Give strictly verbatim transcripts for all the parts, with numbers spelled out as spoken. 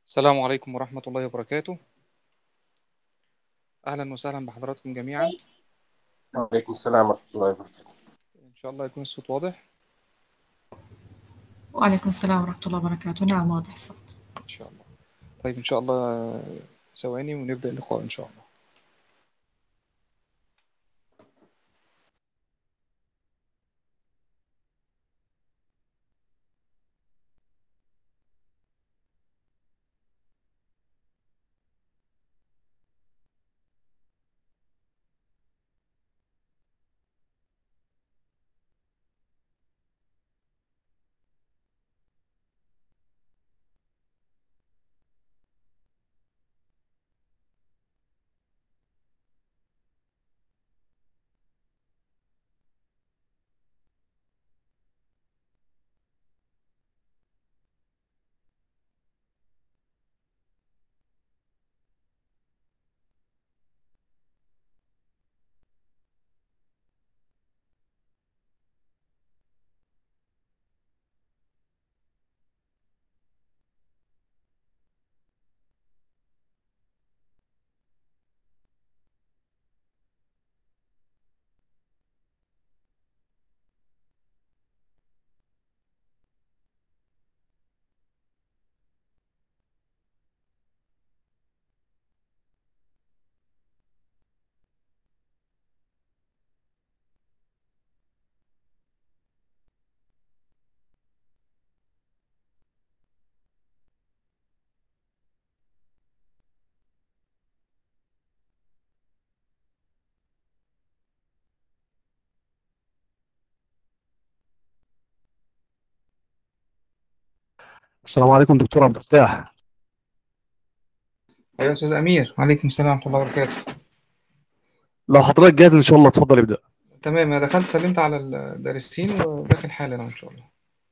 السلام عليكم ورحمة الله وبركاته. أهلا وسهلا بحضراتكم جميعا. وعليكم السلام ورحمة الله وبركاته. إن شاء الله يكون الصوت واضح. وعليكم السلام ورحمة الله وبركاته. نعم، واضح الصوت. إن شاء الله. طيب إن شاء الله آه، ثواني ونبدأ اللقاء إن شاء الله. السلام عليكم دكتور عبد الفتاح. أيها الأستاذ أمير، وعليكم السلام ورحمة الله وبركاته. لو حضرتك جاهز ان شاء الله اتفضل ابدأ. تمام، أنا دخلت سلمت على الدارسين وداخل حالا إن شاء الله.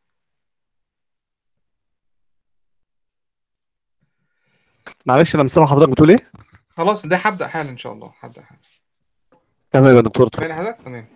معلش انا مش سامع حضرتك بتقول ايه. خلاص، ده هبدأ حالا إن شاء الله، هبدأ حالا. تمام يا دكتور سامعني اتفضل. حضرتك؟ تمام،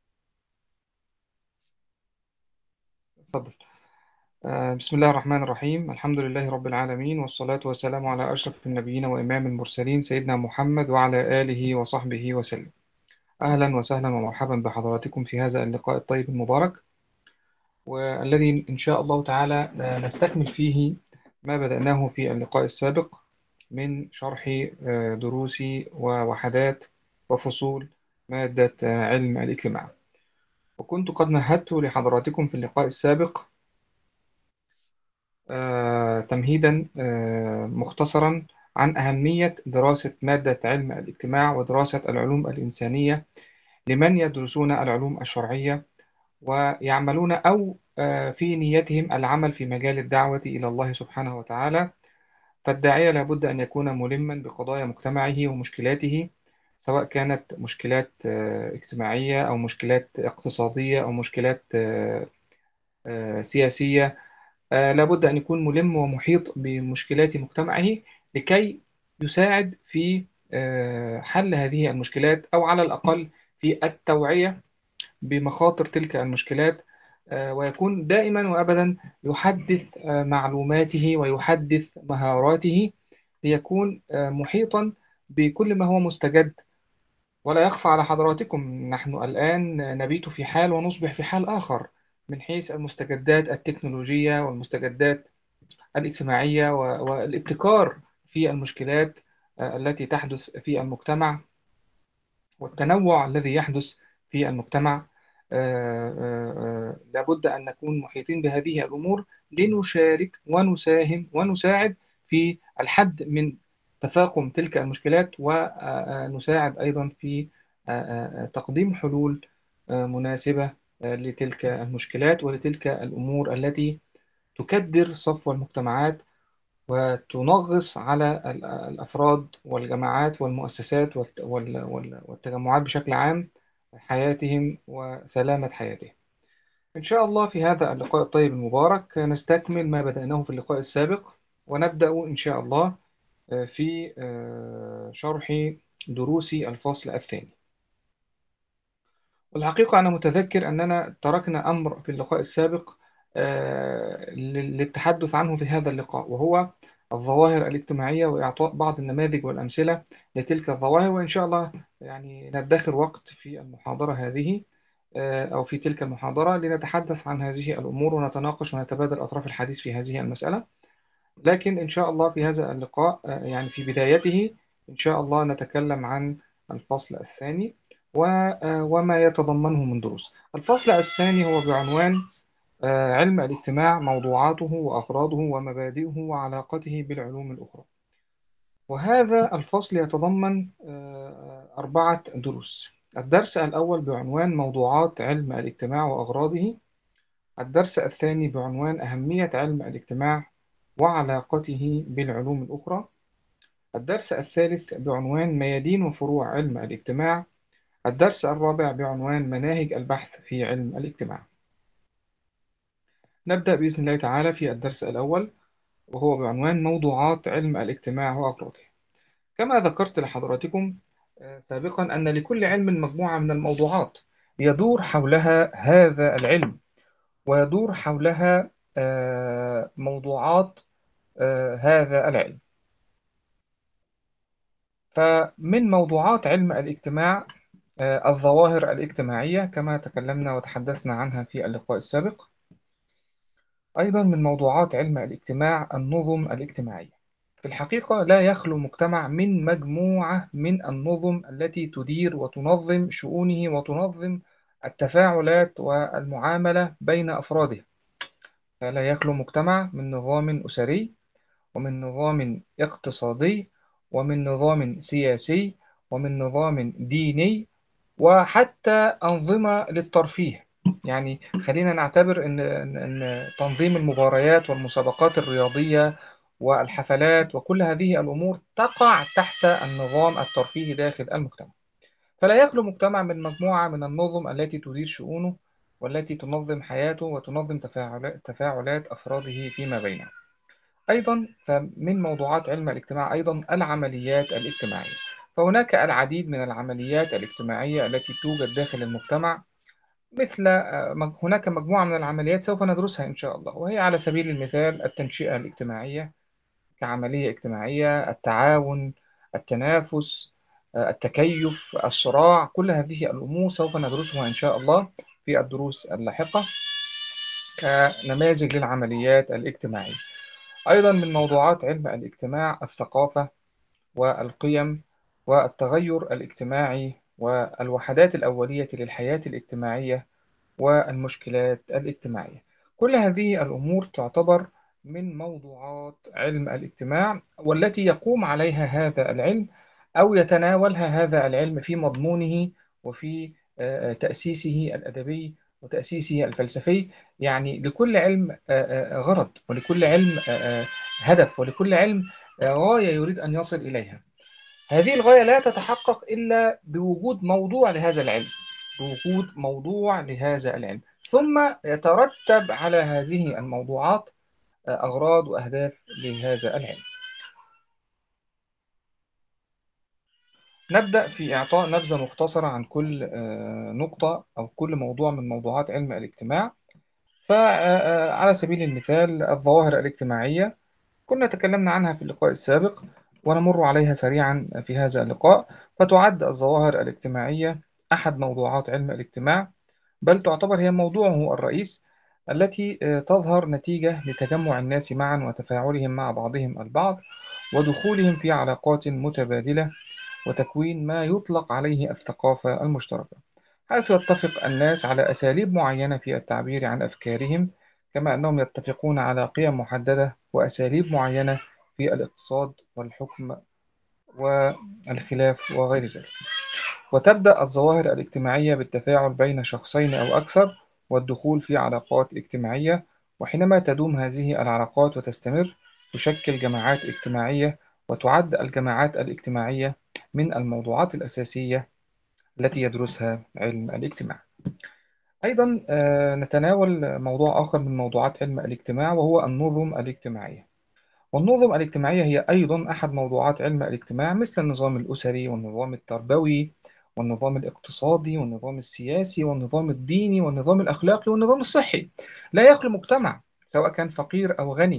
اتفضل. آه، بسم الله الرحمن الرحيم، الحمد لله رب العالمين، والصلاة والسلام على أشرف النبيين وإمام المرسلين سيدنا محمد وعلى آله وصحبه وسلم. أهلا وسهلا ومرحبا بحضراتكم في هذا اللقاء الطيب المبارك، والذي إن شاء الله تعالى نستكمل فيه ما بدأناه في اللقاء السابق من شرح آه، دروس ووحدات وفصول مادة آه، علم الاجتماع. وكنت قد مهدت لحضراتكم في اللقاء السابق آه، تمهيدا آه، مختصرا عن أهمية دراسة مادة علم الاجتماع ودراسة العلوم الإنسانية لمن يدرسون العلوم الشرعية ويعملون أو آه، في نيتهم العمل في مجال الدعوة إلى الله سبحانه وتعالى. فالداعية لابد أن يكون ملما بقضايا مجتمعه ومشكلاته، سواء كانت مشكلات آه، اجتماعية أو مشكلات اقتصادية أو مشكلات آه، آه، سياسية. آه، لابد أن يكون ملم ومحيط بمشكلات مجتمعه لكي يساعد في آه، حل هذه المشكلات، أو على الأقل في التوعية بمخاطر تلك المشكلات. آه، ويكون دائما وأبدا يحدث آه، معلوماته ويحدث مهاراته ليكون آه، محيطا بكل ما هو مستجد. ولا يخفى على حضراتكم، نحن الآن نبيت في حال ونصبح في حال آخر من حيث المستجدات التكنولوجية والمستجدات الاجتماعية و- والابتكار في المشكلات آه، التي تحدث في المجتمع، والتنوع الذي يحدث في المجتمع. آه، آه، آه، لابد أن نكون محيطين بهذه الأمور لنشارك ونساهم ونساعد في الحد من تفاقم تلك المشكلات، ونساعد أيضا في آه، آه، آه، تقديم حلول آه، مناسبة آه، لتلك المشكلات ولتلك الأمور التي تكدر صفو المجتمعات وتنغص على ال- الأفراد والجماعات والمؤسسات والت- وال- وال- والتجمعات بشكل عام، حياتهم وسلامة حياتهم. إن شاء الله في هذا اللقاء الطيب المبارك نستكمل ما بدأناه في اللقاء السابق، ونبدأ إن شاء الله آه، في آه، شرح دروس الفصل الثاني. والحقيقة أنا متذكر أننا تركنا أمر في اللقاء السابق آه، لل- للتحدث عنه في هذا اللقاء، وهو الظواهر الاجتماعية وإعطاء بعض النماذج والأمثلة لتلك الظواهر. وإن شاء الله يعني ندخر وقت في المحاضرة هذه آه، أو في تلك المحاضرة لنتحدث عن هذه الأمور ونتناقش ونتبادل أطراف الحديث في هذه المسألة. لكن إن شاء الله في هذا اللقاء آه، يعني في بدايته إن شاء الله نتكلم عن الفصل الثاني و- آه، وما يتضمنه من دروس. الفصل الثاني هو بعنوان آه، علم الاجتماع، موضوعاته وأغراضه ومبادئه وعلاقته بالعلوم الأخرى. وهذا الفصل يتضمن آه، أربعة دروس. الدرس الأول بعنوان موضوعات علم الاجتماع وأغراضه. الدرس الثاني بعنوان أهمية علم الاجتماع وعلاقته بالعلوم الأخرى. الدرس الثالث بعنوان ميادين وفروع علم الاجتماع. الدرس الرابع بعنوان مناهج البحث في علم الاجتماع. نبدأ بإذن الله تعالى في الدرس الأول، وهو بعنوان موضوعات علم الاجتماع وأغراضه. كما ذكرت لحضراتكم آه، سابقا أن لكل علم مجموعة من الموضوعات يدور حولها هذا العلم، ويدور حولها آه، موضوعات آه، هذا العلم. فمن موضوعات علم الاجتماع آه، الظواهر الاجتماعية كما تكلمنا وتحدثنا عنها في اللقاء السابق. أيضا من موضوعات علم الاجتماع النظم الاجتماعية. في الحقيقة لا يخلو مجتمع من مجموعة من النظم التي تدير وتنظم شؤونه وتنظم التفاعلات والمعاملة بين أفراده. فلا يخلو مجتمع من نظام أسري، ومن نظام اقتصادي، ومن نظام سياسي، ومن نظام ديني، وحتى أنظمة للترفيه. يعني خلينا نعتبر إن إن إن تنظيم المباريات والمسابقات الرياضية والحفلات وكل هذه الأمور تقع تحت النظام الترفيهي داخل المجتمع. فلا يخلو مجتمع من مجموعة من النظم التي تدير شؤونه، والتي تنظم حياته وتنظم تفاعلات تفاعلات أفراده فيما بينهم. أيضا فمن موضوعات علم الاجتماع أيضا العمليات الاجتماعية. فهناك العديد من العمليات الاجتماعية التي توجد داخل المجتمع، مثل آه، مج- هناك مجموعة من العمليات سوف ندرسها إن شاء الله، وهي على سبيل المثال التنشئة الاجتماعية كعملية اجتماعية، التعاون، التنافس، آه، التكيف، الصراع. كل هذه الأمور سوف ندرسها إن شاء الله في الدروس اللاحقة كنماذج للعمليات الاجتماعية. أيضا من موضوعات علم الاجتماع الثقافة والقيم والتغير الاجتماعي والوحدات الأولية للحياة الاجتماعية والمشكلات الاجتماعية. كل هذه الأمور تعتبر من موضوعات علم الاجتماع، والتي يقوم عليها هذا العلم أو يتناولها هذا العلم في مضمونه وفي آه، تأسيسه الأدبي وتأسيسه الفلسفي. يعني لكل علم آه، آه، غرض، ولكل علم آه، آه، هدف، ولكل علم آه، غاية يريد أن يصل إليها. هذه الغاية لا تتحقق إلا بوجود موضوع لهذا العلم، بوجود موضوع لهذا العلم، ثم يترتب على هذه الموضوعات آه، أغراض وأهداف لهذا العلم. نبدأ في إعطاء نبذة مختصرة عن كل آه، نقطة أو كل موضوع من موضوعات علم الاجتماع. فعلى سبيل المثال الظواهر الاجتماعية كنا تكلمنا عنها في اللقاء السابق، ونمر عليها سريعا في هذا اللقاء. فتعد الظواهر الاجتماعية أحد موضوعات علم الاجتماع، بل تعتبر هي موضوعه الرئيس، التي آه، تظهر نتيجة لتجمع الناس معا وتفاعلهم مع بعضهم البعض، ودخولهم في علاقات متبادلة، وتكوين ما يطلق عليه الثقافة المشتركة، حيث يتفق الناس على أساليب معينة في التعبير عن أفكارهم، كما أنهم يتفقون على قيم محددة وأساليب معينة في الاقتصاد والحكم والخلاف وغير ذلك. وتبدأ الظواهر الاجتماعية بالتفاعل بين شخصين أو أكثر والدخول في علاقات اجتماعية، وحينما تدوم هذه العلاقات وتستمر تشكل جماعات اجتماعية. وتعد الجماعات الاجتماعية من الموضوعات الأساسية التي يدرسها علم الاجتماع. أيضا آه، نتناول موضوع آخر من موضوعات علم الاجتماع، وهو النظم الاجتماعية. والنظم الاجتماعية هي أيضا أحد موضوعات علم الاجتماع، مثل النظام الأسري والنظام التربوي والنظام الاقتصادي والنظام السياسي والنظام الديني والنظام الأخلاقي والنظام الصحي. لا يخلو مجتمع، سواء كان فقير أو غني،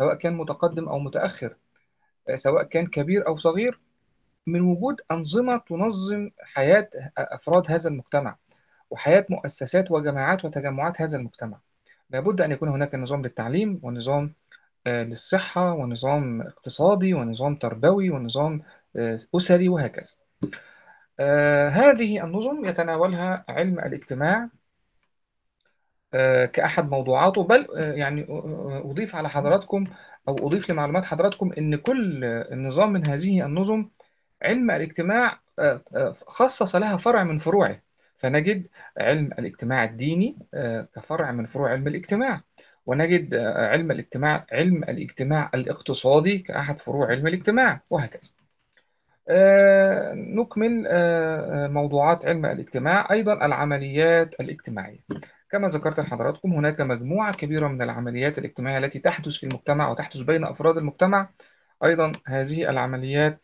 سواء كان متقدم أو متأخر، آه، سواء كان كبير أو صغير، من وجود أنظمة تنظم حياة أفراد هذا المجتمع وحياة مؤسسات وجماعات وتجمعات هذا المجتمع. لابد أن يكون هناك نظام للتعليم، ونظام آه، للصحة، ونظام اقتصادي، ونظام تربوي، ونظام آه، أسري، وهكذا. آه، هذه النظم يتناولها علم الاجتماع آه، كأحد موضوعاته، بل آه، يعني آه، أضيف على حضراتكم أو أضيف لمعلومات حضراتكم أن كل آه، نظام من هذه النظم علم الاجتماع آه، آه، خصص لها فرع من فروعه. فنجد علم الاجتماع الديني آه، كفرع من فروع علم الاجتماع، ونجد آه، علم الاجتماع علم الاجتماع الاقتصادي كأحد فروع علم الاجتماع، وهكذا. آه، نكمل آه، آه، موضوعات علم الاجتماع. أيضا العمليات الاجتماعية، كما ذكرت لحضراتكم هناك مجموعة كبيرة من العمليات الاجتماعية التي تحدث في المجتمع وتحدث بين أفراد المجتمع. أيضا هذه العمليات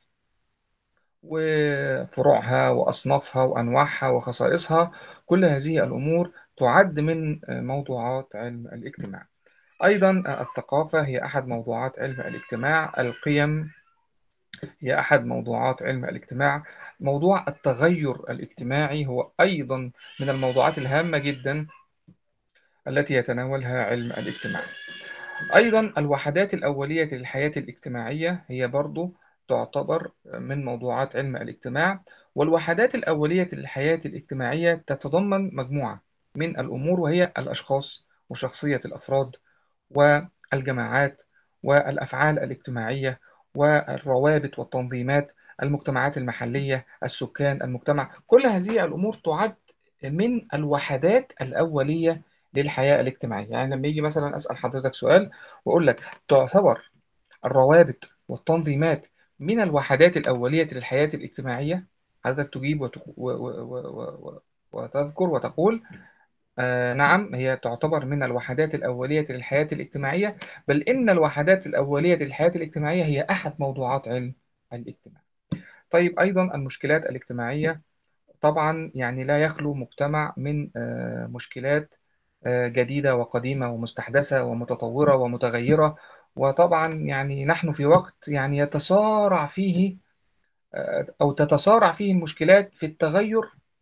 وفروعها وأصنافها وأنواعها وخصائصها، كل هذه الأمور تعد من آه، موضوعات علم الاجتماع. أيضا آه، الثقافة هي أحد موضوعات علم الاجتماع. القيم هي أحد موضوعات علم الاجتماع. موضوع التغير الاجتماعي هو أيضا من الموضوعات الهامة جدا التي يتناولها علم الاجتماع. أيضا الوحدات الأولية للحياة الاجتماعية هي برضو تعتبر من موضوعات علم الاجتماع. والوحدات الأولية للحياة الاجتماعية تتضمن مجموعة من الأمور، وهي الأشخاص وشخصية الأفراد والجماعات والأفعال الاجتماعية والروابط والتنظيمات، المجتمعات المحلية، السكان، المجتمع. كل هذه الأمور تعد من الوحدات الأولية للحياة الاجتماعية. يعني لما يجي مثلا أسأل حضرتك سؤال وأقول لك تعتبر الروابط والتنظيمات من الوحدات الأولية للحياة الاجتماعية، حضرتك تجيب وت... و... و... و... و... وتذكر وتقول آه نعم، هي تعتبر من الوحدات الأولية للحياة الاجتماعية، بل إن الوحدات الأولية للحياة الاجتماعية هي أحد موضوعات علم الاجتماع. طيب أيضا المشكلات الاجتماعية، طبعا يعني لا يخلو مجتمع من آه مشكلات آه جديدة وقديمة ومستحدثة ومتطورة ومتغيرة. وطبعا يعني نحن في وقت يعني يتسارع فيه آه أو تتسارع فيه المشكلات في التغير.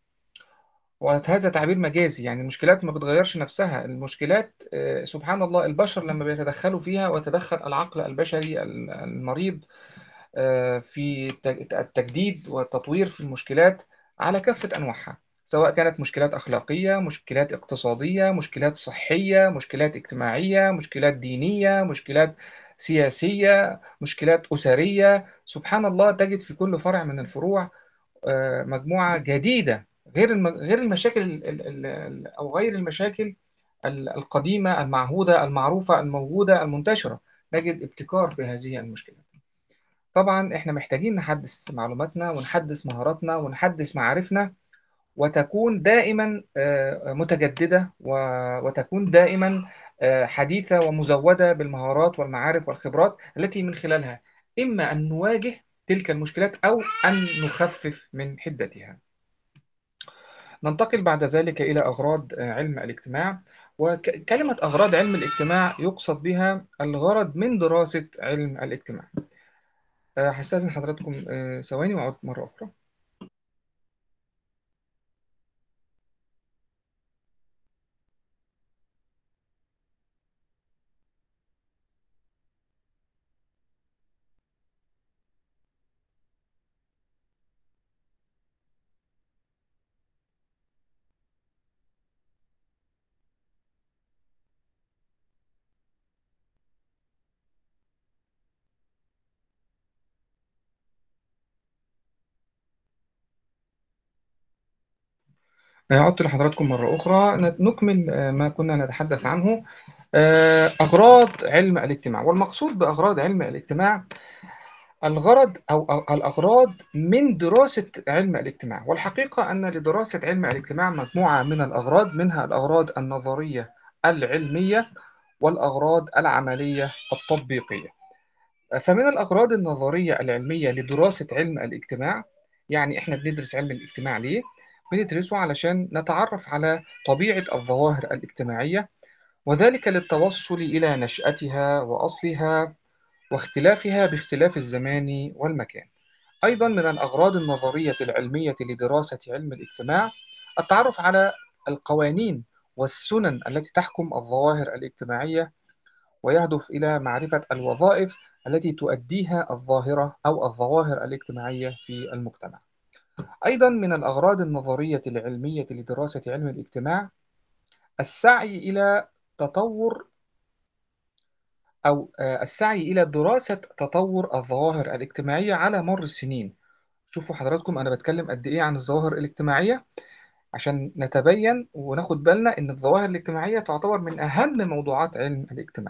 وهذا تعبير مجازي، يعني المشكلات ما بتغيرش نفسها. المشكلات آه، سبحان الله البشر لما بيتدخلوا فيها، ويتدخل العقل البشري ال- المريض آه، في الت- التجديد والتطوير في المشكلات على كافة أنواعها، سواء كانت مشكلات أخلاقية، مشكلات اقتصادية، مشكلات صحية، مشكلات اجتماعية، مشكلات دينية، مشكلات سياسية، مشكلات أسرية. سبحان الله تجد في كل فرع من الفروع آه، مجموعة جديدة، غير الم... غير المشاكل ال... ال... ال... أو غير المشاكل ال- القديمة المعهودة المعروفة الموجودة المنتشرة. نجد ابتكار في هذه المشكلة. طبعا احنا محتاجين نحدث معلوماتنا ونحدث مهاراتنا ونحدث معارفنا، وتكون دائما آه، متجددة و- وتكون دائما آه، حديثة ومزودة بالمهارات والمعارف والخبرات التي من خلالها إما أن نواجه تلك المشكلات أو أن نخفف من حدتها. ننتقل بعد ذلك إلى أغراض آه، علم الاجتماع. وكلمة أغراض علم الاجتماع يقصد بها الغرض من دراسة علم الاجتماع. آه، هستأذن حضراتكم آه، ثواني وأعود مرة أخرى. آه، عدت لحضراتكم مرة أخرى. نت- نكمل آه، ما كنا نتحدث عنه. آه، أغراض علم الاجتماع. والمقصود بأغراض علم الاجتماع الغرض أو أو الأغراض من دراسة علم الاجتماع. والحقيقة أن لدراسة علم الاجتماع مجموعة من الأغراض، منها الأغراض النظرية العلمية والأغراض العملية التطبيقية. فمن الأغراض النظرية العلمية لدراسة علم الاجتماع، يعني إحنا بندرس علم الاجتماع ليه؟ بندرسه علشان نتعرف على طبيعة الظواهر الاجتماعية، وذلك للتوصل إلى نشأتها وأصلها واختلافها باختلاف الزمان والمكان. أيضا من الأغراض النظرية العلمية لدراسة علم الاجتماع التعرف على القوانين والسنن التي تحكم الظواهر الاجتماعية، ويهدف إلى معرفة الوظائف التي تؤديها الظاهرة أو الظواهر الاجتماعية في المجتمع. أيضا من الأغراض النظرية العلمية لدراسة علم الاجتماع السعي إلى تطور أو آه، السعي إلى دراسة تطور الظواهر الاجتماعية على مر السنين. شوفوا حضراتكم أنا بتكلم قد إيه عن الظواهر الاجتماعية عشان نتبين وناخد بالنا إن الظواهر الاجتماعية تعتبر من أهم موضوعات علم الاجتماع.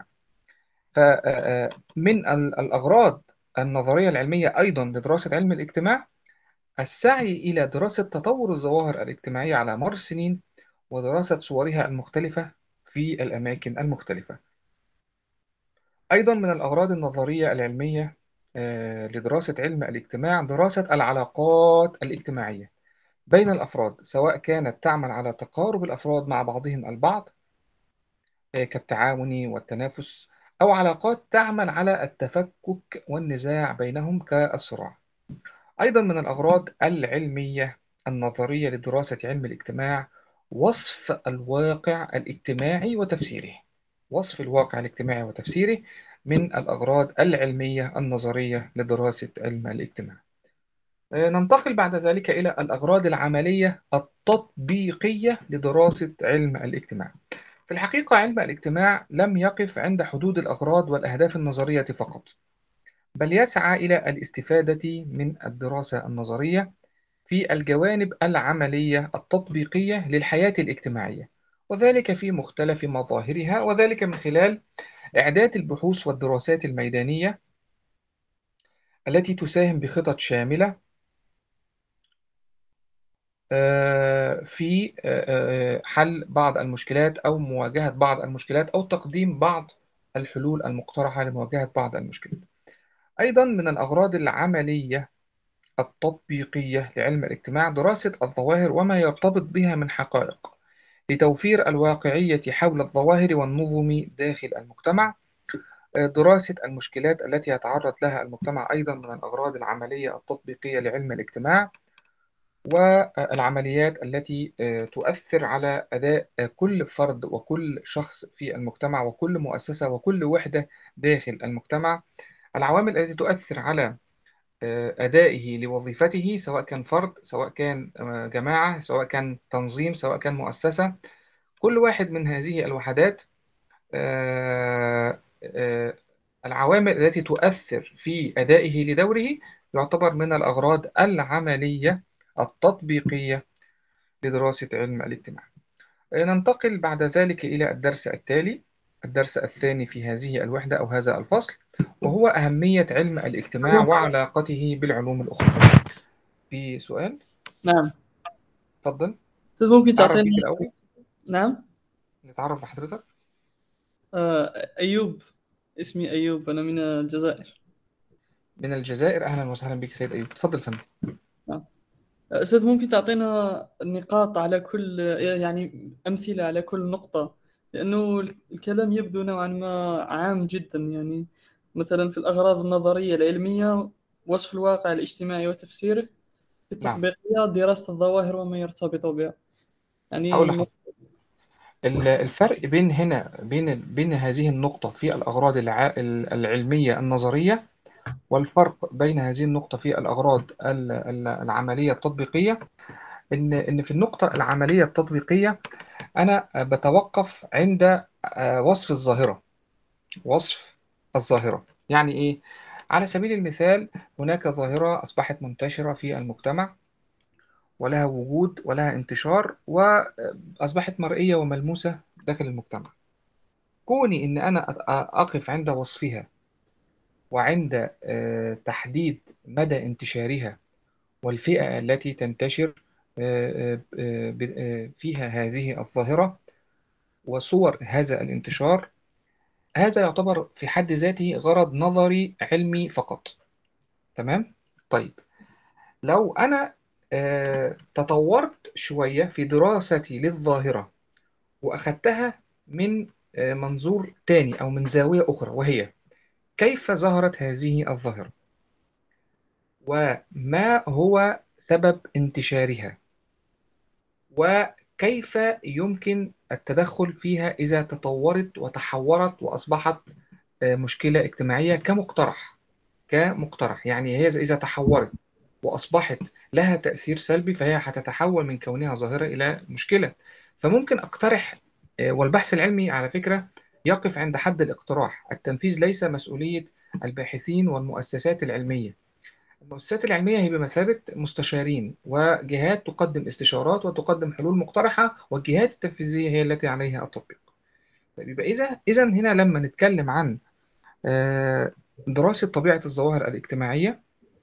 فمن الأغراض النظرية العلمية أيضا لدراسة علم الاجتماع السعي إلى دراسة تطور الظواهر الاجتماعية على مر السنين ودراسة صورها المختلفة في الأماكن المختلفة. أيضا من الأغراض النظرية العلمية آه، لدراسة علم الاجتماع دراسة العلاقات الاجتماعية بين الأفراد، سواء كانت تعمل على تقارب الأفراد مع بعضهم البعض آه، كالتعاون والتنافس، أو علاقات تعمل على التفكك والنزاع بينهم كالصراع. أيضا من الأغراض العلمية النظرية لدراسة علم الاجتماع وصف الواقع الاجتماعي وتفسيره. وصف الواقع الاجتماعي وتفسيره من الأغراض العلمية النظرية لدراسة علم الاجتماع. آه، ننتقل بعد ذلك إلى الأغراض العملية التطبيقية لدراسة علم الاجتماع. في الحقيقة علم الاجتماع لم يقف عند حدود الأغراض والأهداف النظرية فقط، بل يسعى إلى الاستفادة من الدراسة النظرية في الجوانب العملية التطبيقية للحياة الاجتماعية، وذلك في مختلف مظاهرها، وذلك من خلال إعداد البحوث والدراسات الميدانية التي تساهم بخطط شاملة آه، في آه، آه، حل بعض المشكلات أو مواجهة بعض المشكلات أو تقديم بعض الحلول المقترحة لمواجهة بعض المشكلات. أيضا من الأغراض العملية التطبيقية لعلم الاجتماع دراسة الظواهر وما يرتبط بها من حقائق لتوفير الواقعية حول الظواهر والنظم داخل المجتمع. آه، دراسة المشكلات التي يتعرض لها المجتمع أيضا من الأغراض العملية التطبيقية لعلم الاجتماع، والعمليات التي آه، تؤثر على أداء آه، كل فرد وكل شخص في المجتمع وكل مؤسسة وكل وحدة داخل المجتمع. العوامل التي تؤثر على آه، أدائه لوظيفته، سواء كان فرد، سواء كان آه، جماعة، سواء كان تنظيم، سواء كان مؤسسة. كل واحد من هذه الوحدات آه، آه، العوامل التي تؤثر في أدائه لدوره يعتبر من الأغراض العملية التطبيقية لدراسة علم الاجتماع. آه، ننتقل بعد ذلك إلى الدرس التالي، الدرس الثاني في هذه الوحدة أو هذا الفصل، وهو أهمية علم الاجتماع وعلاقته بالعلوم الأخرى. في سؤال؟ نعم. اتفضل. أستاذ ممكن نتعرف تعطيني؟ بيك الأول، نعم. نتعرف بحضرتك. آه، أيوب، اسمي أيوب، أنا من الجزائر. من الجزائر، أهلا وسهلا بك سيد أيوب، تفضل فندم. نعم. أستاذ ممكن تعطينا نقاط على كل، يعني أمثلة على كل نقطة، لأنه الكلام يبدو نوعا ما عام جدا. يعني مثلا في الأغراض النظرية العلمية وصف الواقع الاجتماعي وتفسيره، في نعم، التطبيقية دراسة الظواهر وما يرتبط بها. هقول يعني م- لحضرتك ال- الفرق بين هنا بين بين هذه النقطة في الأغراض الع- العلمية النظرية، والفرق بين هذه النقطة في الأغراض ال- ال- العملية التطبيقية، إن إن في النقطة العملية التطبيقية أنا بتوقف عند آه، وصف الظاهرة. وصف الظاهرة يعني إيه؟ على سبيل المثال هناك ظاهرة أصبحت منتشرة في المجتمع ولها وجود ولها انتشار وأصبحت مرئية وملموسة داخل المجتمع. كوني إن أنا أ- أقف عند وصفها وعند آه، تحديد مدى انتشارها والفئة التي تنتشر آه، آه، آه، ب- آه، فيها هذه الظاهرة وصور هذا الانتشار، هذا يعتبر في حد ذاته غرض نظري علمي فقط. تمام؟ طيب، لو أنا آه، تطورت شوية في دراستي للظاهرة وأخدتها من آه، منظور تاني أو من زاوية أخرى، وهي كيف ظهرت هذه الظاهرة وما هو سبب انتشارها وكيف يمكن التدخل فيها إذا تطورت وتحورت وأصبحت آه، مشكلة اجتماعية كمقترح. كمقترح يعني هي إذا تحورت وأصبحت لها تأثير سلبي فهي هتتحول من كونها ظاهرة إلى مشكلة. فممكن أقترح، آه، والبحث العلمي على فكرة يقف عند حد الاقتراح. التنفيذ ليس مسؤولية الباحثين والمؤسسات العلمية. المؤسسات العلمية هي بمثابة مستشارين وجهات تقدم استشارات وتقدم حلول مقترحة، والجهات التنفيذية هي التي عليها التطبيق. طيب يبقى إذا إذا هنا لما نتكلم عن آه، دراسة طبيعة الظواهر الاجتماعية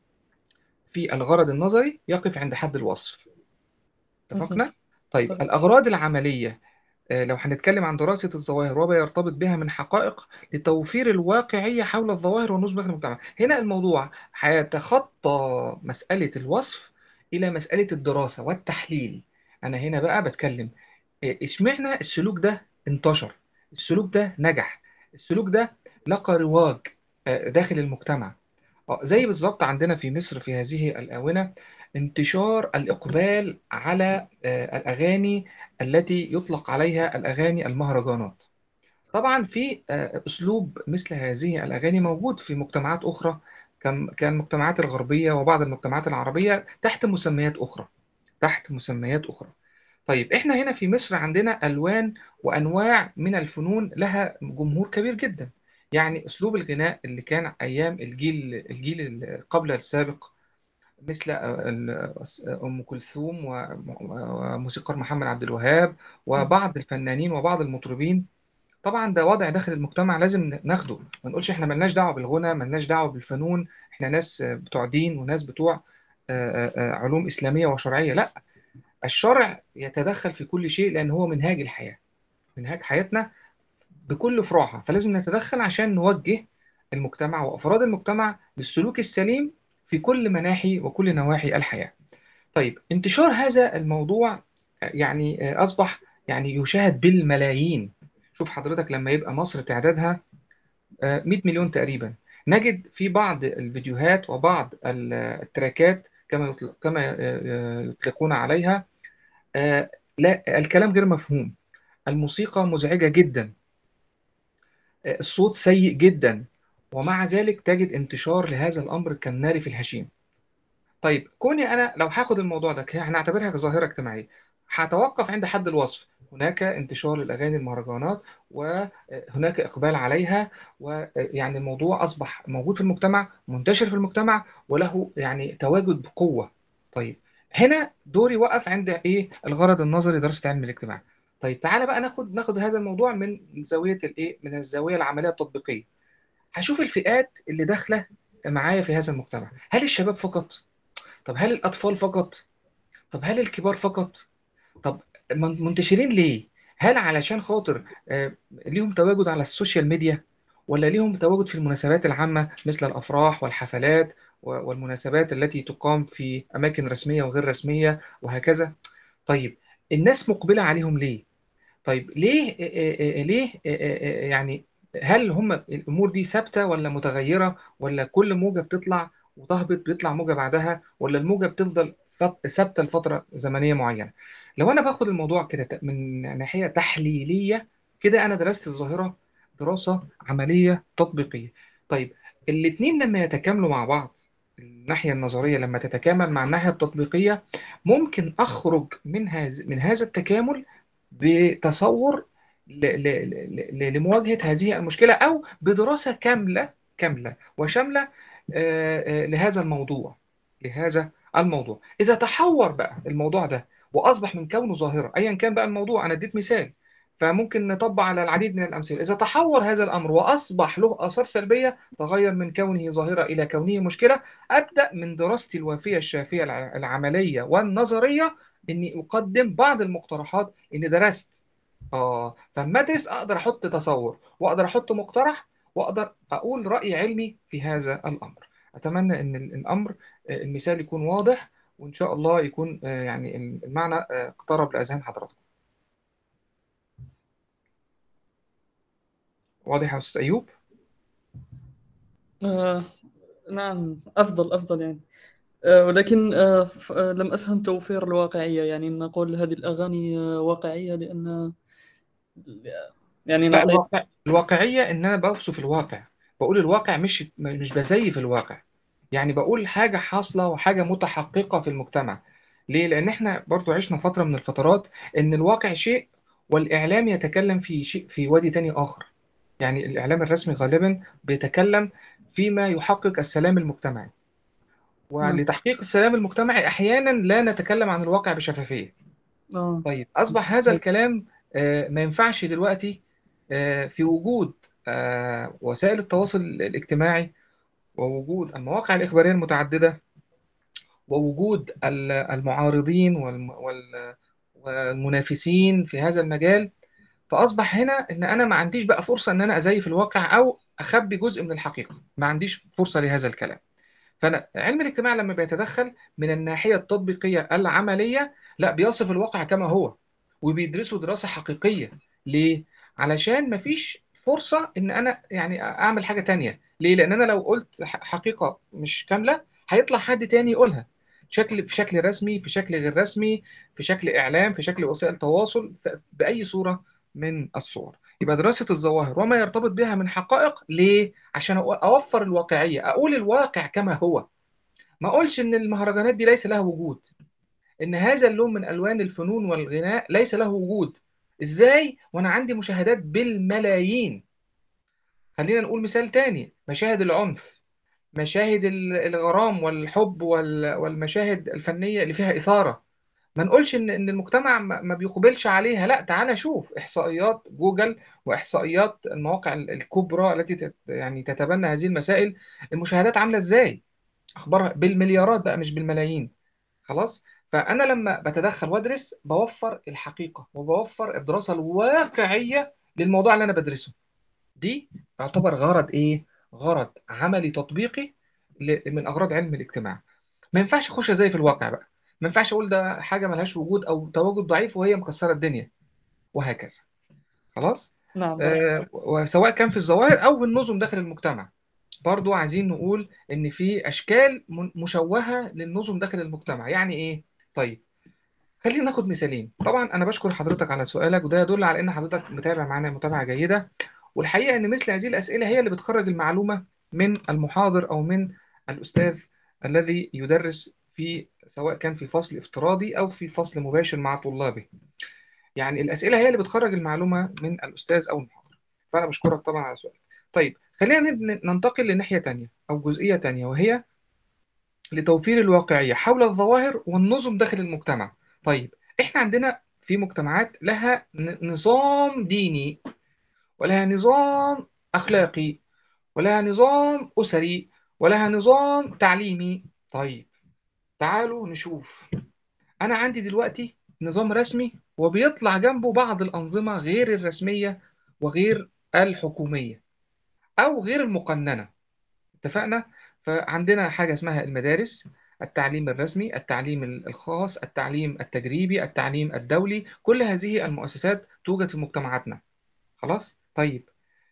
في الغرض النظري يقف عند حد الوصف. مهم. اتفقنا؟ طيب طيب. الأغراض العملية، آه، لو هنتكلم عن دراسة الظواهر وما يرتبط بها من حقائق لتوفير الواقعية حول الظواهر والنسبة في المجتمع. هنا الموضوع هيتخطى مسألة الوصف إلى مسألة الدراسة والتحليل. أنا هنا بقى بتكلم آه، اشمعنى السلوك ده انتشر، السلوك ده نجح، السلوك ده لقى رواج آه، داخل المجتمع. آه، زي بالظبط عندنا في مصر في هذه الآونة انتشار الإقبال على آه، الأغاني التي يطلق عليها الأغاني المهرجانات. طبعا في آه، أسلوب مثل هذه الأغاني موجود في مجتمعات أخرى، كان كان المجتمعات الغربية وبعض المجتمعات العربية تحت مسميات أخرى، تحت مسميات أخرى. طيب إحنا هنا في مصر عندنا ألوان وأنواع من الفنون لها جمهور كبير جدا. يعني أسلوب الغناء اللي كان أيام الجيل الجيل اللي قبل السابق، مثل ال- أم كلثوم وموسيقار محمد عبد الوهاب مهم. وبعض الفنانين وبعض المطربين. طبعا ده وضع داخل المجتمع لازم ناخده، ما نقولش احنا ملناش دعوة بالغنى، ملناش دعوة بالفنون، احنا ناس بتوع دين وناس بتوع آه، آه، آه، علوم إسلامية وشرعية. لا، الشرع يتدخل في كل شيء لأن هو منهاج الحياة، منهاج حياتنا بكل فروعها. فلازم نتدخل عشان نوجه المجتمع وأفراد المجتمع للسلوك السليم في كل مناحي وكل نواحي الحياة. طيب انتشار هذا الموضوع آه، يعني آه، أصبح يعني يشاهد بالملايين. شوف حضرتك لما يبقى مصر تعدادها آه، مئة مليون تقريبا، نجد في بعض الفيديوهات وبعض ال- التراكات كما يطلق كما آه، آه، يطلقون عليها، آه، لا الكلام غير مفهوم، الموسيقى مزعجة جدا، آه، الصوت سيء جدا، ومع ذلك تجد انتشار لهذا الأمر كالنار في الهشيم. طيب كوني انا لو هاخد الموضوع ده ك- هنعتبرها كظاهره اجتماعيه، هتوقف عند حد الوصف. هناك انتشار للاغاني المهرجانات وهناك اقبال عليها، ويعني الموضوع اصبح موجود في المجتمع، منتشر في المجتمع، وله يعني تواجد بقوه. طيب هنا دوري وقف عند ايه؟ الغرض النظري دراسه علم الاجتماع. طيب تعالى بقى ناخد ناخد هذا الموضوع من زاويه الايه، من الزاويه العمليه التطبيقيه. هشوف الفئات اللي داخله معايا في هذا المجتمع. هل الشباب فقط؟ طب هل الأطفال فقط؟ طب هل الكبار فقط؟ طب من- منتشرين ليه؟ هل علشان خاطر آه، ليهم تواجد على السوشيال ميديا، ولا ليهم تواجد في المناسبات العامة مثل الأفراح والحفلات و- والمناسبات التي تقام في أماكن رسمية وغير رسمية وهكذا؟ طيب الناس مقبلة عليهم ليه؟ طيب ليه آه، آه، آه، ليه آه، آه، آه، يعني هل هم الامور دي ثابته ولا متغيره، ولا كل موجه بتطلع وتهبط بيطلع موجه بعدها، ولا الموجه بتفضل فت- ثابته لفتره زمنيه معينه؟ لو انا باخد الموضوع كده ت- من ناحيه تحليليه، كده انا درست الظاهره دراسه عمليه تطبيقيه. طيب الاثنين لما يتكاملوا مع بعض، الناحيه النظريه لما تتكامل مع الناحيه التطبيقيه، ممكن اخرج من هذا من هذا التكامل بتصور ل- ل- ل- لمواجهة هذه المشكلة، أو بدراسة كاملة كاملة وشاملة آه، آه، لهذا الموضوع، لهذا الموضوع. إذا تحور بقى الموضوع ده وأصبح من كونه ظاهرة أيا كان بقى الموضوع، أنا اديت مثال فممكن نطبق على العديد من الأمثلة. إذا تحور هذا الأمر وأصبح له آثار سلبية، تغير من كونه ظاهرة إلى كونه مشكلة، أبدأ من دراستي الوافية الشافية الع- العملية والنظرية إني أقدم بعض المقترحات. إني درست، اه فلما ادرس اقدر احط تصور واقدر احط مقترح واقدر اقول راي علمي في هذا الامر. اتمنى ان ال- الامر آه، المثال يكون واضح، وان شاء الله يكون آه، يعني المعنى آه، اقترب لاذهان حضراتكم. واضح يا أستاذ أيوب؟ آه نعم، أفضل أفضل يعني. آه ولكن آه ف- آه لم أفهم توفير الواقعية، يعني نقول هذه الأغاني آه واقعية لأن يعني لا، نعطي. الواقع الواقعية إن أنا بوصف الواقع، بقول الواقع، مش مش بزيف الواقع. يعني بقول حاجة حاصلة وحاجة متحققة في المجتمع. ليه؟ لأن إحنا برضو عشنا فترة من الفترات إن الواقع شيء والإعلام يتكلم في شيء في وادي تاني آخر. يعني الإعلام الرسمي غالبا بيتكلم فيما يحقق السلام المجتمعي، نعم. ولتحقيق السلام المجتمعي أحيانا لا نتكلم عن الواقع بشفافية. آه طيب أصبح هذا الكلام آه، ما ينفعش دلوقتي آه، في وجود آه، وسائل التواصل الاجتماعي، ووجود المواقع الإخبارية المتعددة، ووجود ال- المعارضين والم- وال- والمنافسين في هذا المجال. فأصبح هنا إن أنا ما عنديش بقى فرصة إن أنا أزيف الواقع أو أخبي جزء من الحقيقة، ما عنديش فرصة لهذا الكلام. فأنا علم الاجتماع لما بيتدخل من الناحية التطبيقية العملية، لا، بيصف الواقع كما هو وبيدرسه دراسة حقيقية. ليه؟ علشان مفيش فرصة إن أنا يعني أعمل حاجة تانية. ليه؟ لأن أنا لو قلت ح- حقيقة مش كاملة، هيطلع حد تاني يقولها شكل في شكل رسمي، في شكل غير رسمي، في شكل إعلام، في شكل وسائل تواصل، ف- بأي صورة من الصور. يبقى دراسة الظواهر وما يرتبط بها من حقائق. ليه؟ عشان أو- أوفر الواقعية، أقول الواقع كما هو. ما أقولش إن المهرجانات دي ليس لها وجود، إن هذا اللون من ألوان الفنون والغناء ليس له وجود. إزاي وأنا عندي مشاهدات بالملايين؟ خلينا نقول مثال تاني: مشاهد العنف، مشاهد ال- الغرام والحب وال- والمشاهد الفنية اللي فيها إثارة. ما نقولش إن إن المجتمع ما ما بيقبلش عليها. لا، تعالى شوف إحصائيات جوجل وإحصائيات المواقع ال- الكبرى التي تت يعني تتبنى هذه المسائل. المشاهدات عاملة إزاي؟ أخبارها بالمليارات بقى، مش بالملايين. خلاص. فأنا لما بتدخل وأدرس بوفر الحقيقة وبوفر الدراسة الواقعية للموضوع اللي أنا بدرسه. دي تعتبر غرض إيه؟ غرض عملي تطبيقي ل- من أغراض علم الاجتماع. ما ينفعش أخش زي في الواقع بقى. ما ينفعش أقول ده حاجة ملهاش وجود أو تواجد ضعيف وهي مكسرة الدنيا، وهكذا. خلاص. نعم بارك. آه وسواء كان في الظواهر أو في النظم داخل المجتمع، برضو عايزين نقول إن في أشكال من- مشوهة للنظم داخل المجتمع. يعني إيه؟ طيب، خلينا ناخد مثالين. طبعا انا بشكر حضرتك على سؤالك، وده يدل على ان حضرتك متابع معانا متابعه جيده. والحقيقه ان مثل هذه الاسئله هي اللي بتخرج المعلومه من المحاضر او من الاستاذ الذي يدرس في، سواء كان في فصل افتراضي او في فصل مباشر مع طلابه. يعني الاسئله هي اللي بتخرج المعلومه من الاستاذ او المحاضر. فانا بشكرك طبعا على سؤالك. طيب، خلينا ن- ننتقل لناحيه تانية او جزئيه تانية، وهي لتوفير الواقعية حول الظواهر والنظم داخل المجتمع. طيب، احنا عندنا في مجتمعات لها ن- نظام ديني، ولها نظام أخلاقي، ولها نظام أسري، ولها نظام تعليمي. طيب، تعالوا نشوف. أنا عندي دلوقتي نظام رسمي وبيطلع جنبه بعض الأنظمة غير الرسمية وغير الحكومية أو غير المقننة. اتفقنا؟ فعندنا حاجة اسمها المدارس، التعليم الرسمي، التعليم الخاص، التعليم التجريبي، التعليم الدولي. كل هذه المؤسسات توجد في مجتمعاتنا. خلاص؟ طيب،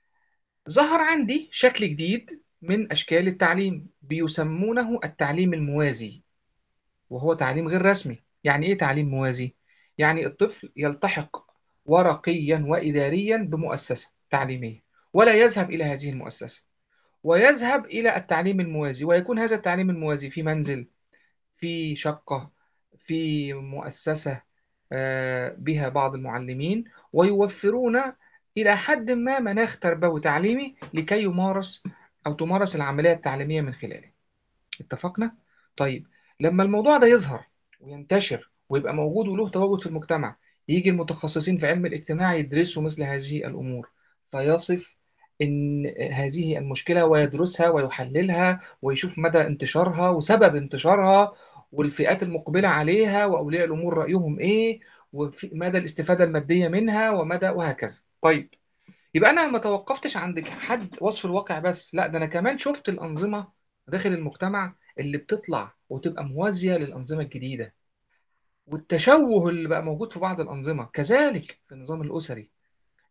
ظهر عندي شكل جديد من أشكال التعليم بيسمونه التعليم الموازي، وهو تعليم غير رسمي. يعني إيه تعليم موازي؟ يعني الطفل يلتحق ورقيا وإداريا بمؤسسة تعليمية، ولا يذهب إلى هذه المؤسسة، ويذهب إلى التعليم الموازي، ويكون هذا التعليم الموازي في منزل، في شقة، في مؤسسة آه، بها بعض المعلمين، ويوفرون إلى حد ما مناخ تربوي تعليمي لكي يمارس أو تمارس العملية التعليمية من خلاله. اتفقنا؟ طيب، لما الموضوع ده يظهر وينتشر ويبقى موجود وله تواجد في المجتمع، يجي المتخصصين في علم الاجتماع يدرسوا مثل هذه الأمور، فيصف إن هذه المشكلة ويدرسها ويحللها ويشوف مدى انتشارها وسبب انتشارها والفئات المقبلة عليها وأولياء الأمور رأيهم إيه، ومدى الاستفادة المادية منها ومدى، وهكذا. طيب، يبقى انا ما توقفتش عند حد وصف الواقع بس، لا، ده انا كمان شفت الانظمه داخل المجتمع اللي بتطلع وتبقى موازيه للانظمه الجديده، والتشوه اللي بقى موجود في بعض الانظمه، كذلك في النظام الاسري.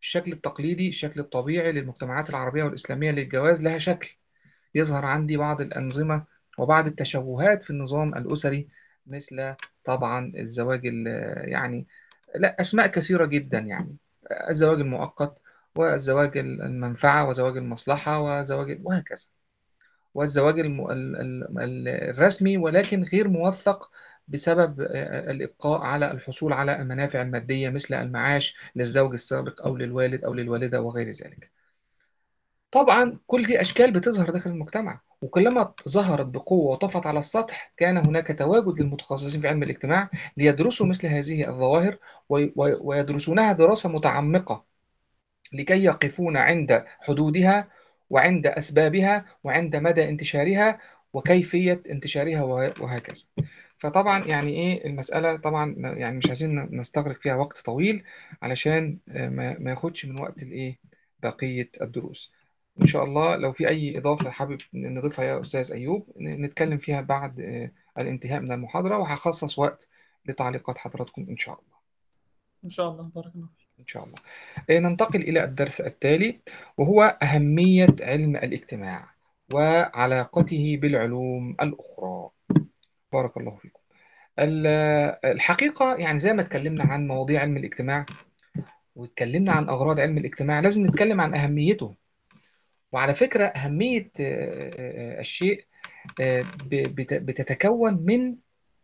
الشكل التقليدي، الشكل الطبيعي للمجتمعات العربية والإسلامية للجواز لها شكل. يظهر عندي بعض الأنظمة وبعض التشوهات في النظام الأسري، مثل طبعا الزواج ال- يعني لا أسماء كثيرة جدا، يعني الزواج المؤقت، والزواج المنفعة، وزواج المصلحة، وزواج وهكذا، والزواج الم... ال... ال... ال- الرسمي ولكن غير موثق بسبب آه، الإبقاء على الحصول على المنافع المادية، مثل المعاش للزوج السابق أو للوالد أو للوالدة وغير ذلك. طبعا كل دي أشكال بتظهر داخل المجتمع، وكلما ظهرت بقوة وطفت على السطح كان هناك تواجد للمتخصصين في علم الاجتماع ليدرسوا مثل هذه الظواهر، وي- وي- ويدرسونها دراسة متعمقة لكي يقفون عند حدودها، وعند أسبابها، وعند مدى انتشارها، وكيفية انتشارها، وه- وهكذا. فطبعا يعني إيه المسألة، طبعا يعني مش عايزين نستغرق فيها وقت طويل علشان آه، ما ما ياخدش من وقت الإيه بقية الدروس. إن شاء الله لو في أي إضافة حابب نضيفها يا أستاذ أيوب ن- نتكلم فيها بعد آه، الانتهاء من المحاضرة، وهخصص وقت لتعليقات حضراتكم إن شاء الله. إن شاء الله، بارك الله فيك. إن شاء الله. آه، ننتقل إلى الدرس التالي، وهو أهمية علم الاجتماع وعلاقته بالعلوم الأخرى. بارك الله فيكم. ال- الحقيقة يعني زي ما اتكلمنا عن مواضيع علم الاجتماع واتكلمنا عن أغراض علم الاجتماع، لازم نتكلم عن أهميته. وعلى فكرة أهمية آه، آه، الشيء آه، ب- بت- بتتكون من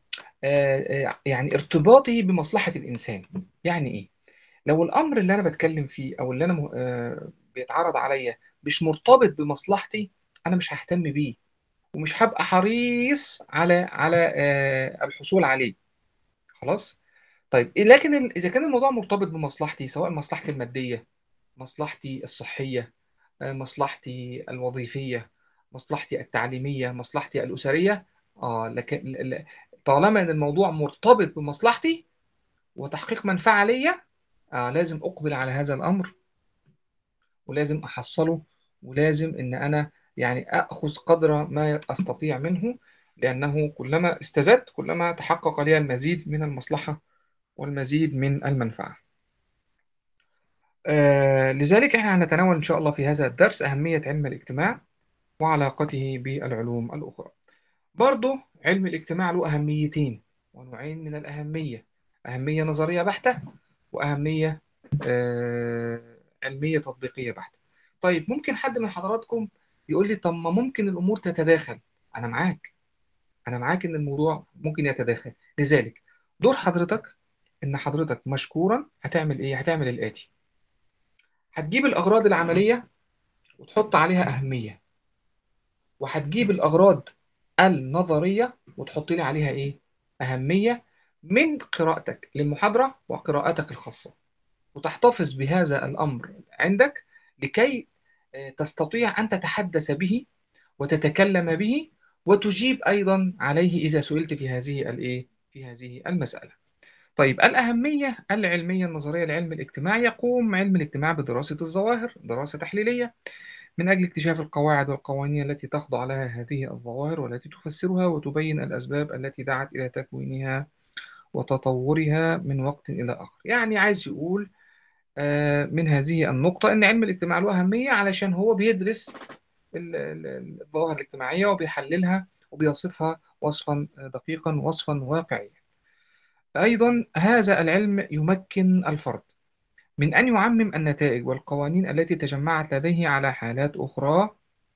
آه، آه، يعني ارتباطه بمصلحة الإنسان. يعني إيه؟ لو الامر اللي انا بتكلم فيه او اللي انا م- آه، بيتعرض عليا مش مرتبط بمصلحتي، انا مش ههتم بيه، ومش هبقى حريص على على آه، الحصول عليه. خلاص. طيب إيه، لكن ال- اذا كان الموضوع مرتبط بمصلحتي، سواء مصلحتي الماديه، مصلحتي الصحيه، آه، مصلحتي الوظيفيه، مصلحتي التعليميه، مصلحتي الاسريه، اه لكن ل- ل- طالما ان الموضوع مرتبط بمصلحتي وتحقيق منفعه ليا، آه لازم أقبل على هذا الأمر، ولازم أحصله، ولازم إن أنا يعني أخذ قدر ما أستطيع منه، لأنه كلما استزدت كلما تحقق لي المزيد من المصلحة والمزيد من المنفعة. آه لذلك إحنا هنتناول إن شاء الله في هذا الدرس أهمية علم الاجتماع وعلاقته بالعلوم الأخرى. برضه علم الاجتماع له أهميتين ونوعين من الأهمية: أهمية نظرية بحتة، وأهمية آه، علمية تطبيقية بحتة. طيب ممكن حد من حضراتكم يقول لي طب ما ممكن الأمور تتداخل؟ أنا معاك، أنا معاك إن الموضوع ممكن يتداخل. لذلك دور حضرتك إن حضرتك مشكورا هتعمل إيه؟ هتعمل الآتي: هتجيب الأغراض العملية وتحط عليها أهمية، وهتجيب الأغراض النظرية وتحط لي عليها إيه؟ أهمية، من قراءتك للمحاضرة وقراءتك الخاصة، وتحتفظ بهذا الأمر عندك لكي آه، تستطيع أن تتحدث به وتتكلم به، وتجيب أيضا عليه إذا سئلت في هذه الإيه؟ في هذه المسألة. طيب الأهمية العلمية النظرية لعلم الاجتماع: يقوم علم الاجتماع بدراسة الظواهر دراسة تحليلية من أجل اكتشاف القواعد والقوانين التي تخضع لها هذه الظواهر، والتي تفسرها وتبين الأسباب التي دعت إلى تكوينها وتطورها من وقت إلى آخر. يعني عايز يقول آه، من هذه النقطة إن علم الاجتماع له أهمية علشان هو بيدرس ال- ال- الظواهر الاجتماعية وبيحللها وبيصفها وصفا دقيقا، وصفا واقعيا. أيضا هذا العلم يمكن الفرد من أن يعمم النتائج والقوانين التي تجمعت لديه على حالات أخرى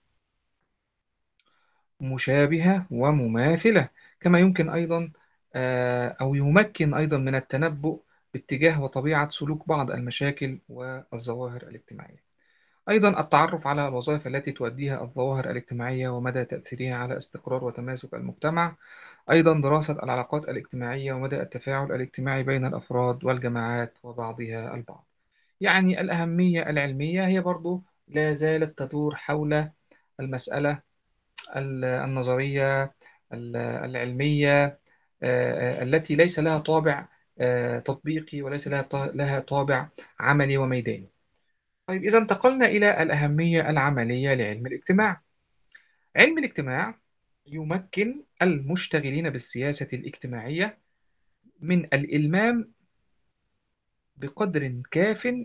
مشابهة ومماثلة، كما يمكن أيضا آه، أو يمكن أيضا من التنبؤ باتجاه وطبيعة سلوك بعض المشاكل والظواهر الاجتماعية. أيضا التعرف على الوظائف التي تؤديها الظواهر الاجتماعية ومدى تأثيرها على استقرار وتماسك المجتمع. أيضا دراسة العلاقات الاجتماعية ومدى التفاعل الاجتماعي بين الأفراد والجماعات وبعضها البعض. يعني الأهمية العلمية هي برضو لا زالت تدور حول المسألة ال- النظرية ال- العلمية، آه، آه، التي ليس لها طابع آه، تطبيقي، وليس لها ط- لها طابع عملي وميداني. طيب إذا انتقلنا إلى الأهمية العملية لعلم الاجتماع. علم الاجتماع يمكن المشتغلين بالسياسة الاجتماعية من الإلمام بقدر كاف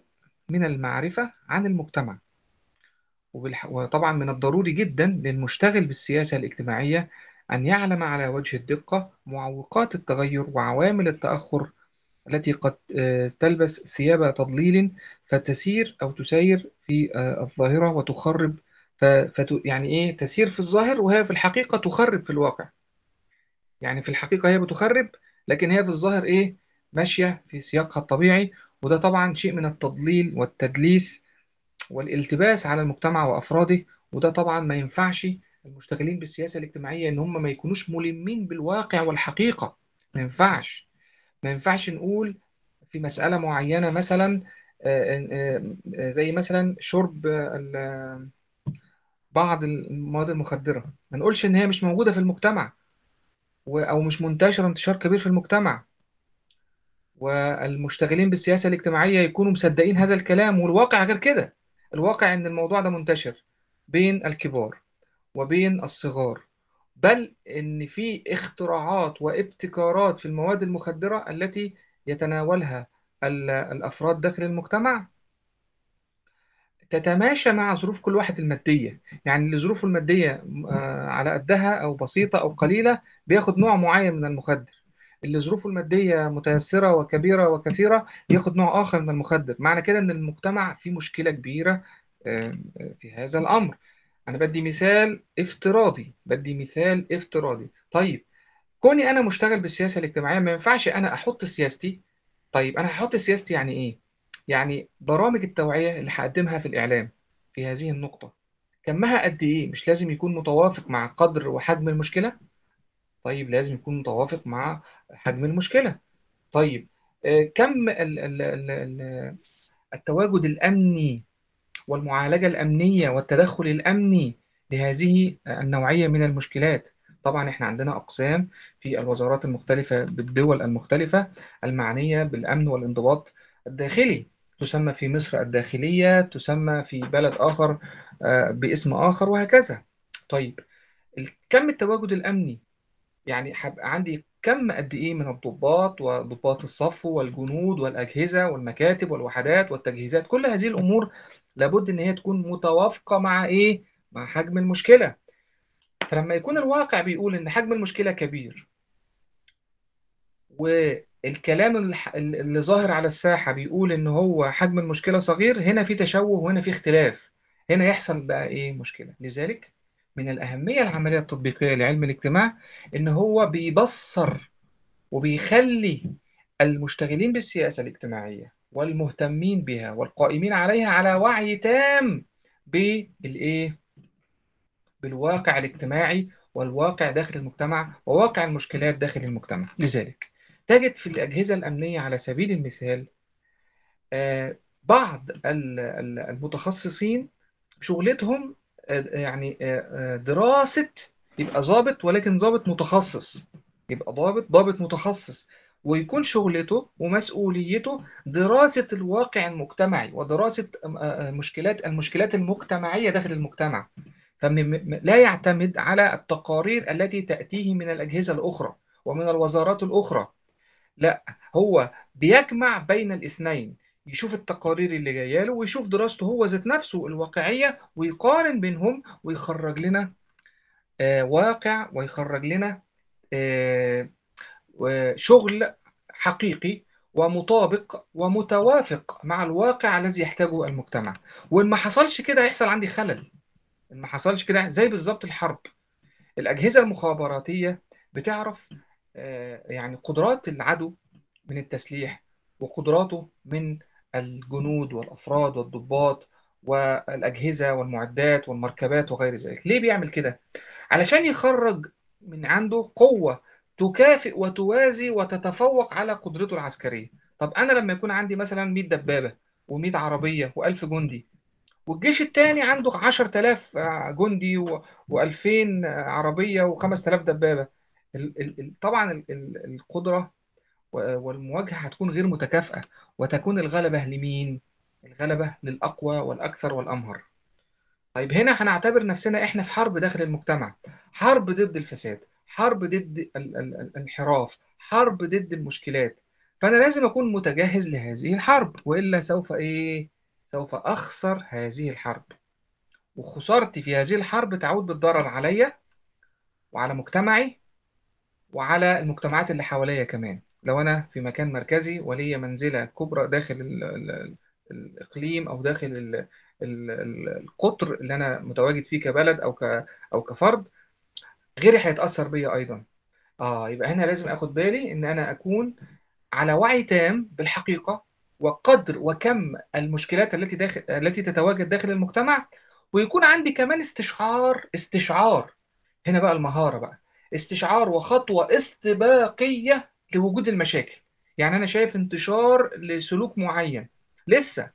من المعرفة عن المجتمع. وبالح... وطبعا من الضروري جدا للمشتغل بالسياسة الاجتماعية أن يعلم على وجه الدقة معوقات التغير وعوامل التأخر التي قد آه، تلبس ثياب تضليل فتسير أو تسير في آه، الظاهرة وتخرب. ف... فت... يعني إيه تسير في الظاهر وهي في الحقيقة تخرب في الواقع. يعني في الحقيقة هي بتخرب، لكن هي في الظاهر إيه ماشية في سياقها الطبيعي. وده طبعا شيء من التضليل والتدليس والالتباس على المجتمع وأفراده. وده طبعا ما ينفعش المشتغلين بالسياسة الاجتماعية إن هم ما يكونوش ملمين بالواقع والحقيقة. ما ينفعش ما ينفعش نقول في مسألة معينة مثلا آه، آه، آه، زي مثلا شرب آه، ال- بعض المواد المخدرة، ما نقولش إن هي مش موجودة في المجتمع و- أو مش منتشرة انتشار كبير في المجتمع، والمشتغلين بالسياسة الاجتماعية يكونوا مصدقين هذا الكلام، والواقع غير كده. الواقع إن الموضوع ده منتشر بين الكبار وبين الصغار، بل إن في اختراعات وابتكارات في المواد المخدرة التي يتناولها ال- الأفراد داخل المجتمع تتماشى مع ظروف كل واحد المادية. يعني اللي ظروفه المادية آه، على قدها أو بسيطة أو قليلة بياخد نوع معين من المخدر. اللي ظروفه المادية متيسرة وكبيرة وكثيرة ياخد نوع آخر من المخدر. معنى كده إن المجتمع فيه مشكلة كبيرة آه، في هذا الأمر. أنا بدي مثال افتراضي بدي مثال افتراضي طيب، كوني أنا مشتغل بالسياسة الاجتماعية ما ينفعش أنا أحط سياستي. طيب أنا هحط سياستي يعني إيه؟ يعني برامج التوعية اللي هقدمها في الإعلام في هذه النقطة كمها قد إيه؟ مش لازم يكون متوافق مع قدر وحجم المشكلة؟ طيب لازم يكون متوافق مع حجم المشكلة. طيب آه، كم ال- ال- ال- ال- التواجد الأمني والمعالجة الأمنية والتدخل الأمني لهذه النوعية من المشكلات. طبعا احنا عندنا أقسام في الوزارات المختلفة بالدول المختلفة المعنية بالأمن والانضباط الداخلي، تسمى في مصر الداخلية، تسمى في بلد آخر آه، باسم آخر، وهكذا. طيب ال- كم التواجد الأمني، يعني هبقى عندي كم قد إيه من الضباط وضباط الصف والجنود والأجهزة والمكاتب والوحدات والتجهيزات. كل هذه الأمور لابد إن هي تكون متوافقة مع إيه؟ مع حجم المشكلة. فلما يكون الواقع بيقول إن حجم المشكلة كبير والكلام الح- اللي ظاهر على الساحة بيقول إن هو حجم المشكلة صغير، هنا في تشوه وهنا في اختلاف. هنا يحصل بقى إيه مشكلة. لذلك من الأهمية العملية التطبيقية لعلم الاجتماع إن هو بيبصر وبيخلي المشتغلين بالسياسة الاجتماعية والمهتمين بها والقائمين عليها على وعي تام بالإيه؟ بالواقع الاجتماعي والواقع داخل المجتمع وواقع المشكلات داخل المجتمع. لذلك تجد في الأجهزة الأمنية على سبيل المثال آه، بعض ال- ال- المتخصصين شغلتهم آه، يعني آه، آه، دراسة، يبقى ضابط ولكن ضابط متخصص، يبقى ضابط ضابط متخصص، ويكون شغلته ومسؤوليته دراسة الواقع المجتمعي ودراسة آه، آه، مشكلات المشكلات المجتمعية داخل المجتمع. فلا يعتمد على التقارير التي تأتيه من الأجهزة الأخرى ومن الوزارات الأخرى. لا، هو بيجمع بين الاثنين، يشوف التقارير اللي جايه له ويشوف دراسته هو ذات نفسه الواقعيه ويقارن بينهم ويخرج لنا آه واقع، ويخرج لنا آه شغل حقيقي ومطابق ومتوافق مع الواقع الذي يحتاجه المجتمع. وإن ما حصلش كده هيحصل عندي خلل. إن ما حصلش كده زي بالظبط الحرب، الأجهزة المخابراتية بتعرف آه، يعني قدرات العدو من التسليح وقدراته من الجنود والأفراد والضباط والأجهزة والمعدات والمركبات وغير ذلك. ليه بيعمل كده؟ علشان يخرج من عنده قوة تكافئ وتوازي وتتفوق على قدرته العسكرية. طب أنا لما يكون عندي مثلا مية دبابة و100 عربية و1000 جندي، والجيش التاني عنده عشرة آلاف جندي و2000 عربية و5000 دبابة، ال- ال- ال- طبعا ال- ال- القدرة والمواجهة هتكون غير متكافئة، وتكون الغلبة لمين؟ الغلبة للأقوى والأكثر والأمهر. طيب هنا هنعتبر نفسنا إحنا في حرب داخل المجتمع، حرب ضد الفساد، حرب ضد ال- ال- ال- الانحراف، حرب ضد المشكلات. فأنا لازم أكون متجهز لهذه الحرب، وإلا سوف إيه؟ سوف أخسر هذه الحرب، وخسارتي في هذه الحرب تعود بالضرر عليا وعلى مجتمعي وعلى المجتمعات اللي حواليا كمان. لو أنا في مكان مركزي ولي منزلة كبرى داخل ال ال الإقليم أو داخل ال ال ال القطر اللي أنا متواجد فيه كبلد أو ك أو كفرد، غيري هيتأثر بيا أيضا. آه يبقى هنا لازم أخد بالي إن أنا أكون على وعي تام بالحقيقة وقدر وكم المشكلات التي داخل التي تتواجد داخل المجتمع، ويكون عندي كمان استشعار استشعار هنا بقى المهارة بقى، استشعار وخطوة استباقية لوجود المشاكل. يعني أنا شايف انتشار لسلوك معين، لسه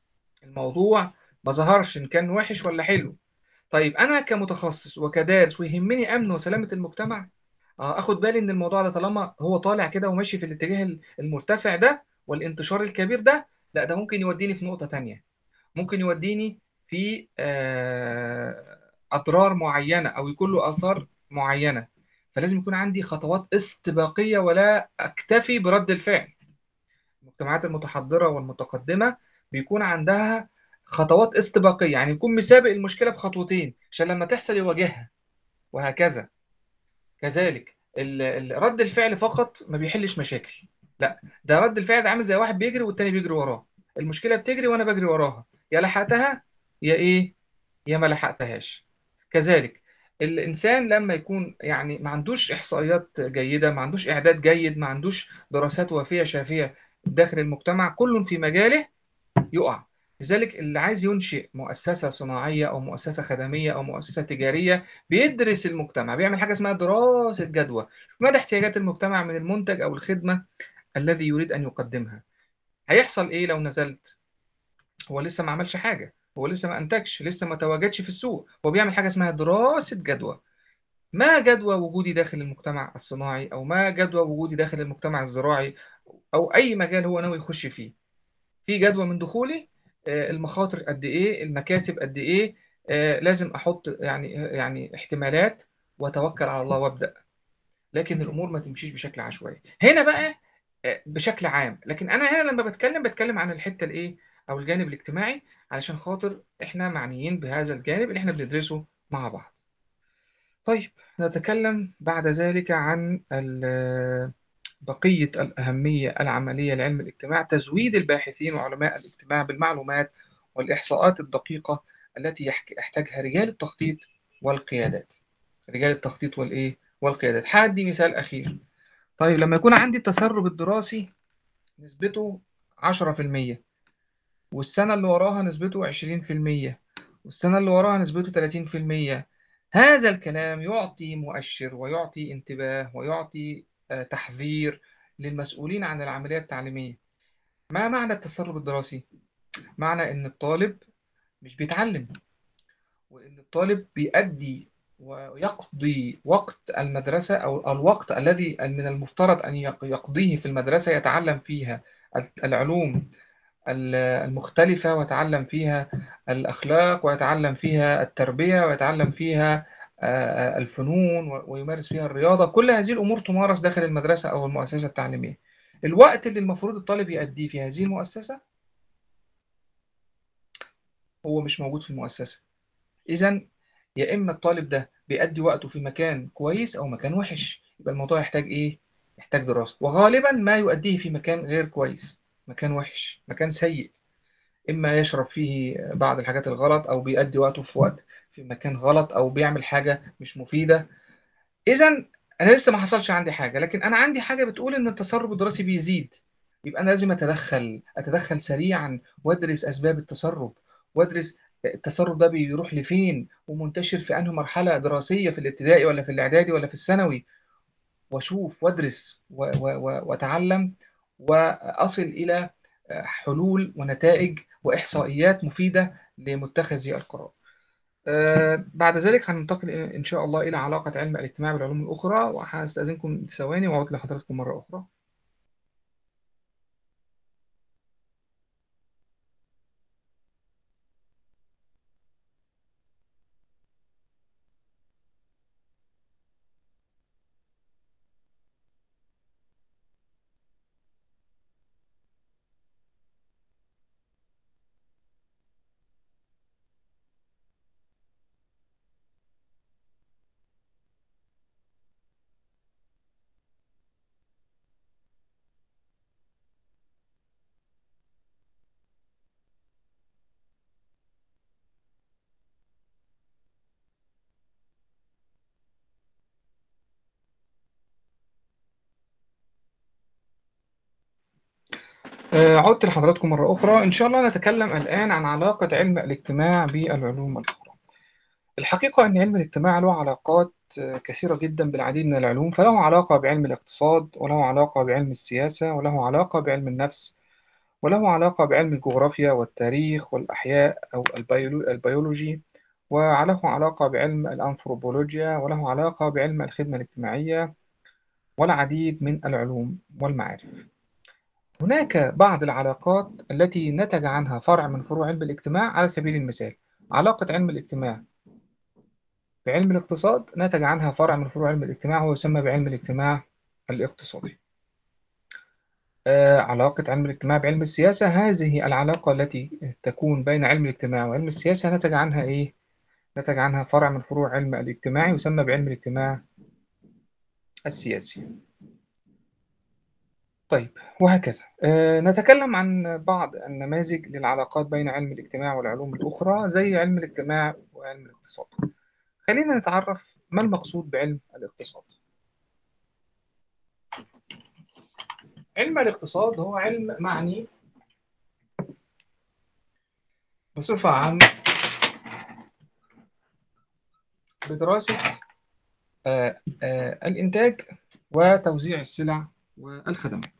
الموضوع ما ظهرش إن كان وحش ولا حلو. طيب أنا كمتخصص وكدارس ويهمني أمن وسلامة المجتمع، آه، اخد بالي ان الموضوع ده طالما هو طالع كده وماشي في الاتجاه المرتفع ده والانتشار الكبير ده، لا ده ممكن يوديني في نقطة تانية، ممكن يوديني في آه، اضرار معينة او يكون له اثار معينة. فلازم يكون عندي خطوات استباقية ولا اكتفي برد الفعل. المجتمعات المتحضرة والمتقدمة بيكون عندها خطوات استباقية، يعني يكون مسابق المشكلة بخطوتين عشان لما تحصل يواجهها، وهكذا. كذلك ال- ال- رد الفعل فقط ما بيحلش مشاكل، لا ده رد الفعل ده عامل زي واحد بيجري والتاني بيجري وراه، المشكلة بتجري وانا بجري وراها، يا لحقتها يا ايه يا ما لحقتهاش. كذلك الانسان لما يكون يعني ما عندوش احصائيات جيدة، ما عندوش اعداد جيد، ما عندوش دراسات وافية شافية داخل المجتمع، كل في مجاله يقع. لذلك اللي عايز ينشئ مؤسسة صناعية أو مؤسسة خدمية أو مؤسسة تجارية بيدرس المجتمع، بيعمل حاجة اسمها دراسة جدوى، مدى احتياجات المجتمع من المنتج أو الخدمة الذي يريد أن يقدمها. هيحصل إيه لو نزلت؟ هو لسه ما عملش حاجة، هو لسه ما أنتجش، لسه ما تواجدش في السوق، هو بيعمل حاجة اسمها دراسة جدوى. ما جدوى وجودي داخل المجتمع الصناعي، أو ما جدوى وجودي داخل المجتمع الزراعي، أو أي مجال هو ناوي يخش فيه، في جدوى من دخولي. آه، المخاطر قد ايه، المكاسب قد ايه، آه، لازم احط يعني يعني احتمالات واتوكل على الله وابدا. لكن الامور ما تمشيش بشكل عشوائي هنا بقى، آه، بشكل عام. لكن انا هنا لما بتكلم بتكلم عن الحته الايه او الجانب الاجتماعي، علشان خاطر احنا معنيين بهذا الجانب اللي احنا بندرسه مع بعض. طيب نتكلم بعد ذلك عن ال- بقية الأهمية العملية لعلم الاجتماع، تزويد الباحثين وعلماء الاجتماع بالمعلومات والإحصاءات الدقيقة التي يحك- يحتاجها رجال التخطيط والقيادات. رجال التخطيط والإيه والقيادات. هدي مثال أخير. طيب لما يكون عندي التسرب الدراسي نسبته عشرة في المية، والسنة اللي وراها نسبته عشرين في المية، والسنة اللي وراها نسبته ثلاثين في المية، هذا الكلام يعطي مؤشر ويعطي انتباه ويعطي آه، تحذير للمسؤولين عن العملية التعليمية. ما معنى التسرب الدراسي؟ معنى إن الطالب مش بيتعلم، وإن الطالب بيأدي ويقضي وقت المدرسة أو الوقت الذي من المفترض أن يق- يقضيه في المدرسة يتعلم فيها العلوم المختلفة، ويتعلم فيها الأخلاق، ويتعلم فيها التربية، ويتعلم فيها آه، الفنون، و- ويمارس فيها الرياضة. كل هذه الأمور تمارس داخل المدرسة أو المؤسسة التعليمية. الوقت اللي المفروض الطالب يأديه في هذه المؤسسة هو مش موجود في المؤسسة. إذا يا إما الطالب ده بيأدي وقته في مكان كويس أو مكان وحش، يبقى الموضوع يحتاج إيه؟ يحتاج دراسة. وغالبا ما يؤديه في مكان غير كويس، مكان وحش، مكان سيء، إما يشرب فيه بعض الحاجات الغلط، أو بيأدي وقته في وقت في مكان غلط، أو بيعمل حاجة مش مفيدة. إذا أنا لسه ما حصلش عندي حاجة، لكن أنا عندي حاجة بتقول إن التسرب الدراسي بيزيد. يبقى أنا لازم أتدخل أتدخل سريعا وأدرس أسباب التسرب، وأدرس التسرب ده بيروح لفين ومنتشر في أنهي مرحلة دراسية، في الابتدائي ولا في الإعدادي ولا في الثانوي، واشوف وادرس و- و- و- واتعلم واصل الى حلول ونتائج واحصائيات مفيده لمتخذي القرار. آه، بعد ذلك هننتقل ان شاء الله الى علاقه علم الاجتماع بالعلوم الاخرى، وهستاذنكم ثواني واعود لحضراتكم مره اخرى. آه، عدت لحضراتكم مرة أخرى. إن شاء الله نتكلم الآن عن علاقة علم الاجتماع بالعلوم الأخرى. الحقيقة أن علم الاجتماع له علاقات آه، كثيرة جدا بالعديد من العلوم، فله علاقة بعلم الاقتصاد، وله علاقة بعلم السياسة، وله علاقة بعلم النفس، وله علاقة بعلم الجغرافيا والتاريخ والأحياء أو البيولو- البيولوجي، وله علاقة بعلم الأنثروبولوجيا، وله علاقة بعلم الخدمة الاجتماعية، والعديد من العلوم والمعارف. هناك بعض العلاقات التي نتج عنها فرع من فروع علم الاجتماع. على سبيل المثال، علاقة علم الاجتماع بعلم الاقتصاد نتج عنها فرع من فروع علم الاجتماع، وهو يسمى بعلم الاجتماع الاقتصادي. آه، علاقة علم الاجتماع بعلم السياسة، هذه العلاقة التي تكون بين علم الاجتماع وعلم السياسة نتج عنها إيه؟ نتج عنها فرع من فروع علم الاجتماع يسمى بعلم الاجتماع السياسي. طيب، وهكذا. آه، نتكلم عن بعض النماذج للعلاقات بين علم الاجتماع والعلوم الأخرى زي علم الاجتماع وعلم الاقتصاد. خلينا نتعرف ما المقصود بعلم الاقتصاد. علم الاقتصاد هو علم معني بصفة عامة بدراسة آه، آه، الإنتاج وتوزيع السلع والخدمات.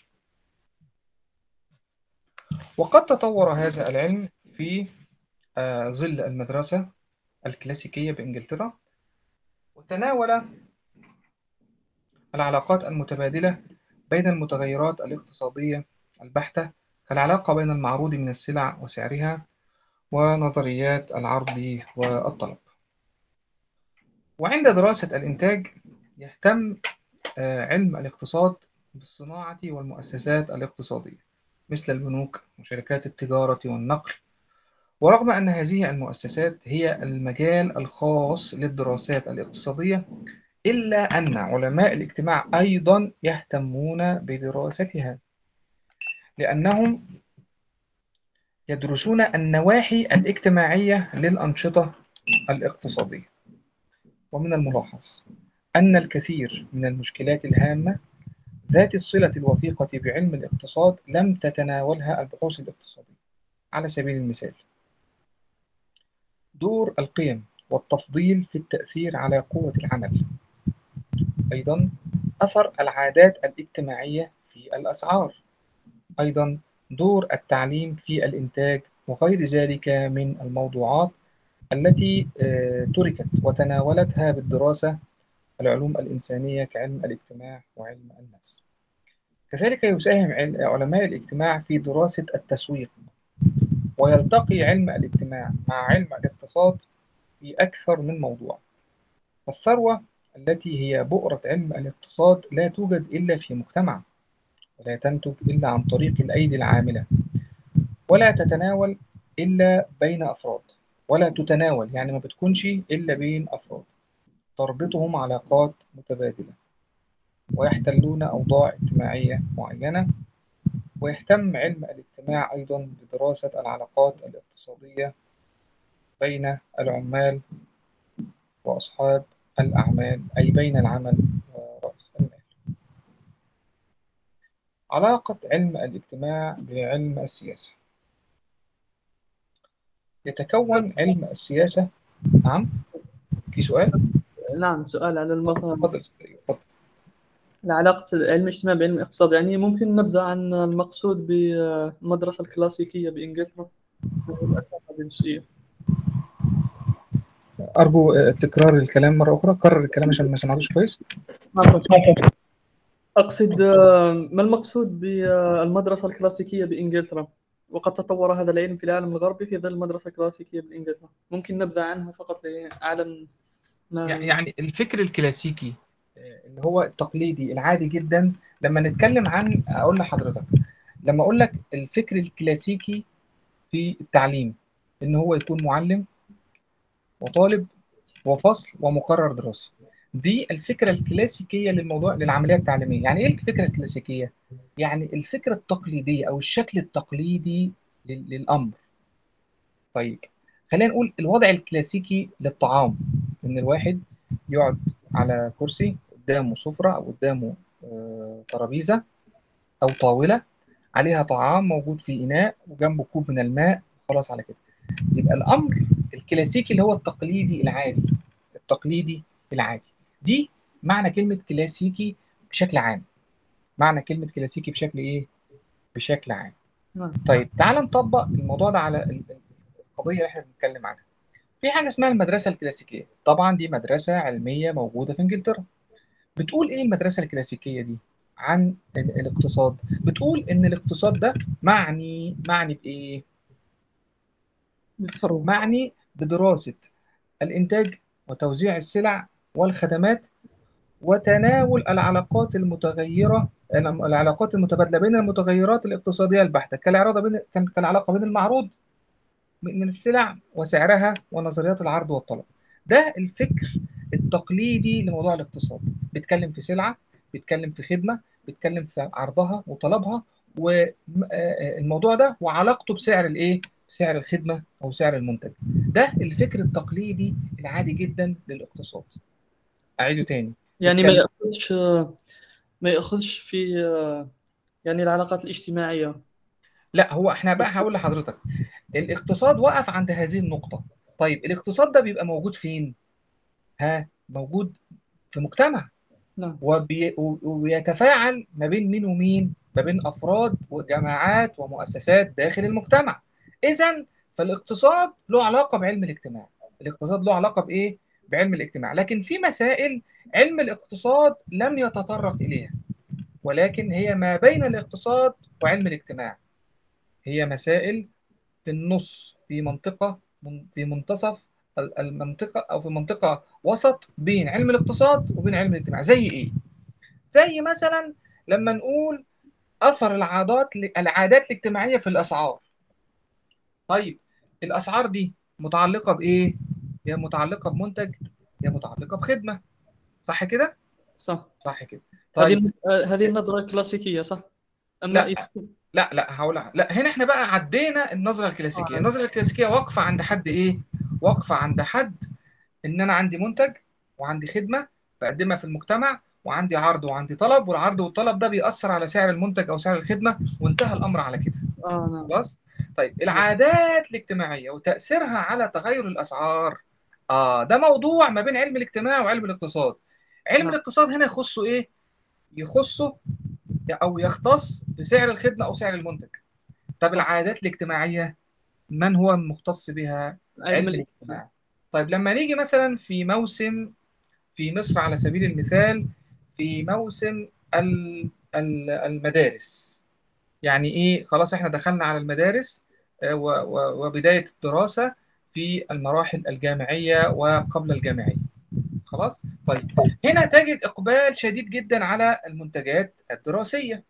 وقد تطور هذا العلم في آه، ظل المدرسة الكلاسيكية بإنجلترا، وتناول العلاقات المتبادلة بين المتغيرات الاقتصادية البحتة، كالعلاقة بين المعروض من السلع وسعرها، ونظريات العرض والطلب. وعند دراسة الإنتاج يهتم آه، علم الاقتصاد بالصناعة والمؤسسات الاقتصادية مثل البنوك وشركات التجارة والنقل. ورغم أن هذه المؤسسات هي المجال الخاص للدراسات الاقتصادية، إلا أن علماء الاجتماع أيضا يهتمون بدراستها، لأنهم يدرسون النواحي الاجتماعية للأنشطة الاقتصادية. ومن الملاحظ أن الكثير من المشكلات الهامة ذات الصلة الوثيقة بعلم الاقتصاد لم تتناولها البحوث الاقتصادية. على سبيل المثال، دور القيم والتفضيل في التأثير على قوة العمل، أيضا أثر العادات الاجتماعية في الأسعار، أيضا دور التعليم في الإنتاج، وغير ذلك من الموضوعات التي آه، تركت وتناولتها بالدراسة العلوم الإنسانية كعلم الاجتماع وعلم النفس. كذلك يساهم عل- علماء الاجتماع في دراسة التسويق، ويلتقي علم الاجتماع مع علم الاقتصاد في أكثر من موضوع. فالثروة التي هي بؤرة علم الاقتصاد لا توجد إلا في مجتمع، ولا تنتج إلا عن طريق الأيدي العاملة، ولا تتناول إلا بين أفراد، ولا تتناول يعني ما بتكونش إلا بين أفراد تربطهم علاقات متبادلة، ويحتلون أوضاع اجتماعية معينة. ويهتم علم الاجتماع أيضا بدراسة العلاقات الاقتصادية بين العمال وأصحاب الأعمال، أي بين العمل ورأس المال. علاقة علم الاجتماع بعلم السياسة. يتكون علم السياسة. نعم، في سؤال؟ نعم، سؤال على المقام اتفضل. اتفضل. علاقة علم الاجتماع بعلم الاقتصاد. يعني ممكن نبدأ عن المقصود بالمدرسة الكلاسيكية بإنجلترا والأساتذة الجنسية. أرجو آه، تكرار الكلام مرة أخرى. كرر الكلام عشان ما سمعتوش كويس. أقصد آه، ما المقصود بالمدرسة الكلاسيكية بإنجلترا، وقد تطور هذا العلم في العالم الغربي في ظل المدرسة الكلاسيكية بإنجلترا. ممكن نبدأ عنها فقط لأعلم ما يعني الفكر الكلاسيكي آه، اللي هو التقليدي العادي جدا. لما نتكلم عن، أقول لحضرتك، لما أقول لك الفكر الكلاسيكي في التعليم، إن هو يكون معلم وطالب وفصل ومقرر دراسي. دي الفكرة الكلاسيكية للموضوع، للعملية التعليمية. يعني إيه الفكرة الكلاسيكية؟ يعني الفكرة التقليدية أو الشكل التقليدي لل- للأمر. طيب، خلينا نقول الوضع الكلاسيكي للطعام، إن الواحد يقعد على كرسي، قدامه سفرة أو قدامه آه، ترابيزة أو طاولة، عليها طعام موجود في إناء وجنبه كوب من الماء، خلاص على كده. يبقى الأمر الكلاسيكي اللي هو التقليدي العادي، التقليدي العادي دي معنى كلمة كلاسيكي بشكل عام. معنى كلمة كلاسيكي بشكل إيه؟ بشكل عام. نعم. طيب تعال نطبق الموضوع ده على ال- ال- القضية اللي احنا بنتكلم عنها. في حاجة اسمها المدرسة الكلاسيكية، طبعا دي مدرسة علمية موجودة في إنجلترا. بتقول إيه المدرسة الكلاسيكية دي عن ال- الاقتصاد؟ بتقول إن الاقتصاد ده معني معني بإيه؟ بالثروة. معني بدراسة الإنتاج وتوزيع السلع والخدمات وتناول العلاقات المتغيرة، العلاقات المتبادلة بين المتغيرات الاقتصادية البحتة، كالعلاقة بين كالعلاقة بين المعروض من السلع وسعرها ونظريات العرض والطلب. ده الفكر التقليدي لموضوع الاقتصاد. بيتكلم في سلعة، بيتكلم في خدمة، بيتكلم في عرضها وطلبها، والموضوع ده وعلاقته بسعر الايه؟ سعر الخدمة او سعر المنتج. ده الفكر التقليدي العادي جدا للاقتصاد. اعيده تاني. يعني ما بيتكلم يأخذش ما يأخذش في يعني العلاقات الاجتماعية. لا، هو احنا بقى هقول لحضرتك الاقتصاد وقف عند هذه النقطة. طيب الاقتصاد ده بيبقى موجود فين؟ ها، موجود في مجتمع، نعم. وبي... ويتفاعل ما بين مين ومين، ما بين أفراد وجماعات ومؤسسات داخل المجتمع. إذا فالاقتصاد له علاقة بعلم الاجتماع. الاقتصاد له علاقة بإيه؟ بعلم الاجتماع. لكن في مسائل علم الاقتصاد لم يتطرق إليها، ولكن هي ما بين الاقتصاد وعلم الاجتماع. هي مسائل في النص، في منطقة من- في منتصف ال- المنطقة، أو في منطقة وسط بين علم الاقتصاد وبين علم الاجتماع. زي إيه؟ زي مثلا لما نقول أثر العادات العادات الاجتماعية في الأسعار. طيب الأسعار دي متعلقة بإيه؟ هي متعلقة بمنتج، هي متعلقة بخدمة، صح كده؟ صح. صح كده. هذه طيب الن- هذه النظرة الكلاسيكية صح؟ أما لا إذا لا لا هقول لا، هنا احنا بقى عدينا النظرة الكلاسيكية. آه. النظرة الكلاسيكية واقفة عند حد إيه؟ واقفة عند حد ان انا عندي منتج وعندي خدمه بقدمها في المجتمع، وعندي عرض وعندي طلب، والعرض والطلب ده بيأثر على سعر المنتج او سعر الخدمه، وانتهى الامر على كده. آه نعم. خلاص. طيب العادات الاجتماعيه وتأثيرها على تغير الاسعار، اه ده موضوع ما بين علم الاجتماع وعلم الاقتصاد. علم نعم. الاقتصاد هنا يخصه ايه؟ يخصه او يختص بسعر الخدمه او سعر المنتج. طب صح. العادات الاجتماعيه من هو المختص بها؟ علم علم الاجتماع. الاجتماع. طيب لما نيجي مثلا في موسم في مصر على سبيل المثال، في موسم ال- ال- المدارس، يعني ايه؟ خلاص احنا دخلنا على المدارس، آه، و- و- وبداية الدراسة في المراحل الجامعية وقبل الجامعية. خلاص. طيب هنا تجد إقبال شديد جدا على المنتجات الدراسية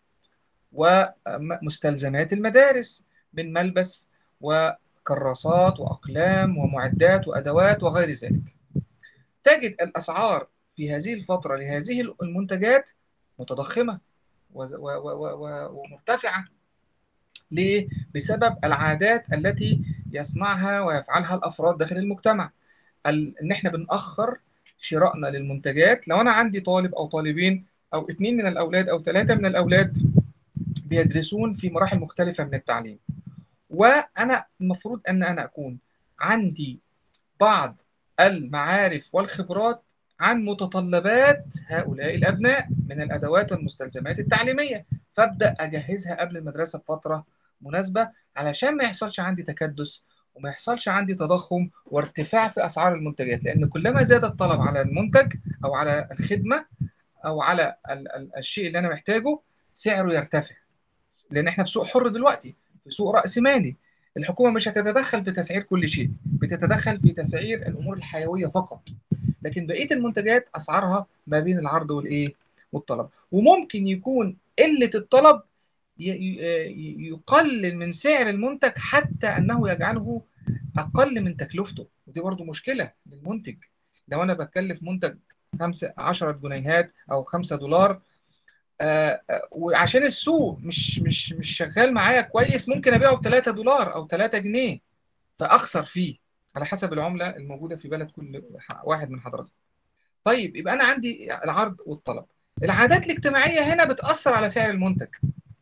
ومستلزمات المدارس من ملبس وكراسات وأقلام ومعدات وأدوات وغير ذلك. تجد الأسعار في هذه الفترة لهذه المنتجات متضخمة و- و- و- و- ومرتفعة. ليه؟ بسبب العادات التي يصنعها ويفعلها الأفراد داخل المجتمع. ال- إن إحنا بنأخر شرائنا للمنتجات. لو أنا عندي طالب أو طالبين أو اتنين من الأولاد أو ثلاثة من الأولاد بيدرسون في مراحل مختلفة من التعليم، وأنا المفروض أن أنا أكون عندي بعض المعارف والخبرات عن متطلبات هؤلاء الأبناء من الأدوات والمستلزمات التعليمية، فأبدأ أجهزها قبل المدرسة بفترة مناسبة علشان ما يحصلش عندي تكدس وما يحصلش عندي تضخم وارتفاع في أسعار المنتجات. لأن كلما زاد الطلب على المنتج أو على الخدمة أو على ال- ال- الشيء اللي أنا محتاجه، سعره يرتفع. لان احنا في سوق حر دلوقتي، في سوق رأسمالي. الحكومة مش هتتدخل في تسعير كل شيء، بتتدخل في تسعير الامور الحيوية فقط. لكن بقية المنتجات اسعارها ما بين العرض والايه والطلب. وممكن يكون قلة الطلب ي- ي- يقلل من سعر المنتج حتى انه يجعله اقل من تكلفته، ودي برضو مشكلة للمنتج. لو انا بكلف منتج خمسة عشرة جنيهات او خمسة دولار، آه، آه، وعشان السوق مش مش مش شغال معايا كويس، ممكن ابيعه ب ثلاثة دولار او ثلاثة جنيه فاخسر فيه على حسب العمله الموجوده في بلد كل ح- واحد من حضراتكم. طيب يبقى انا عندي العرض والطلب. العادات الاجتماعيه هنا بتاثر على سعر المنتج.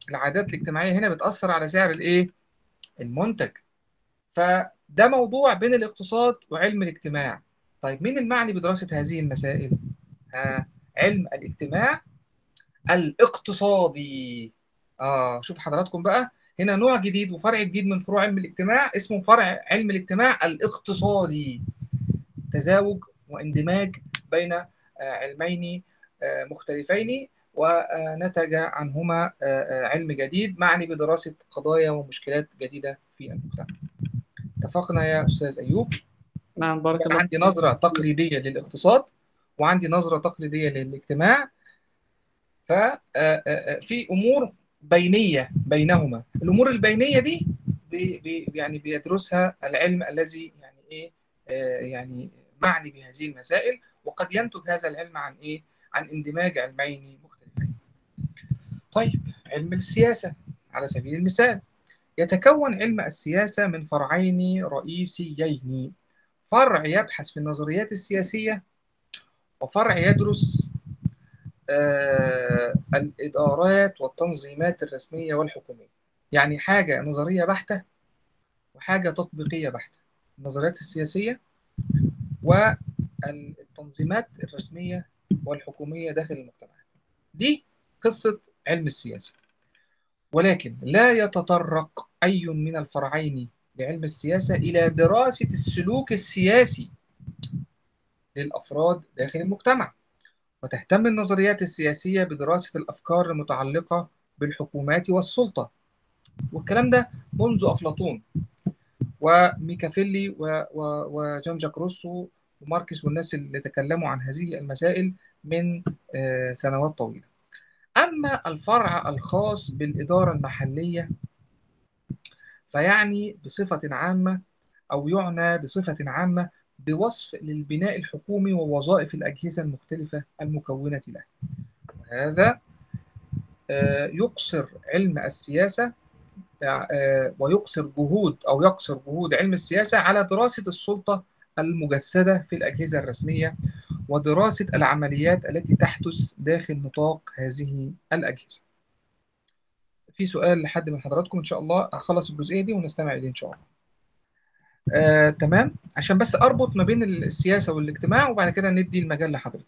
العادات الاجتماعية هنا بتأثر على سعر الإيه؟ المنتج. فده موضوع بين الاقتصاد وعلم الاجتماع. طيب مين المعني بدراسة هذه المسائل؟ آه علم الاجتماع الاقتصادي. آه شوف حضراتكم بقى، هنا نوع جديد وفرع جديد من فروع علم الاجتماع اسمه فرع علم الاجتماع الاقتصادي. تزاوج واندماج بين آه علمين آه مختلفين، ونتج عنهما آه علم جديد معني بدراسة قضايا ومشكلات جديدة في المجتمع. اتفقنا يا أستاذ أيوب؟ نعم بارك الله عندي فيك. نظرة تقليدية للاقتصاد وعندي نظرة تقليدية للاجتماع، ففي أمور بينية بينهما. الأمور البينية دي بي بي يعني بيدرسها العلم الذي يعني إيه آه يعني معني بهذه المسائل، وقد ينتج هذا العلم عن إيه؟ عن اندماج علمين مختلفين. طيب علم السياسة على سبيل المثال، يتكون علم السياسة من فرعين رئيسيين: فرع يبحث في النظريات السياسية، وفرع يدرس آه الإدارات والتنظيمات الرسمية والحكومية. يعني حاجة نظرية بحتة وحاجة تطبيقية بحتة: النظريات السياسية والتنظيمات الرسمية والحكومية داخل المجتمعات. دي قصة علم السياسة. ولكن لا يتطرق أي من الفرعين لعلم السياسة إلى دراسة السلوك السياسي للأفراد داخل المجتمع، وتهتم النظريات السياسية بدراسة الأفكار المتعلقة بالحكومات والسلطة. والكلام ده منذ أفلاطون وميكافيلي و- و- وجان جاك روسو وماركس والناس اللي تكلموا عن هذه المسائل من آه، سنوات طويلة. أما الفرع الخاص بالإدارة المحلية فيعني بصفة عامة أو يعنى بصفة عامة بوصف للبناء الحكومي ووظائف الأجهزة المختلفة المكونة له. هذا آه، يقصر علم السياسة آه، ويقصر جهود أو يقصر جهود علم السياسة على دراسة السلطة المجسدة في الأجهزة الرسمية ودراسة العمليات التي تحدث داخل نطاق هذه الأجهزة. في سؤال لحد من حضراتكم؟ إن شاء الله أخلص الجزئية دي ونستمع إليه إن شاء الله. آه، تمام، عشان بس أربط ما بين السياسة والاجتماع وبعد كده ندي المجال لحضرتك.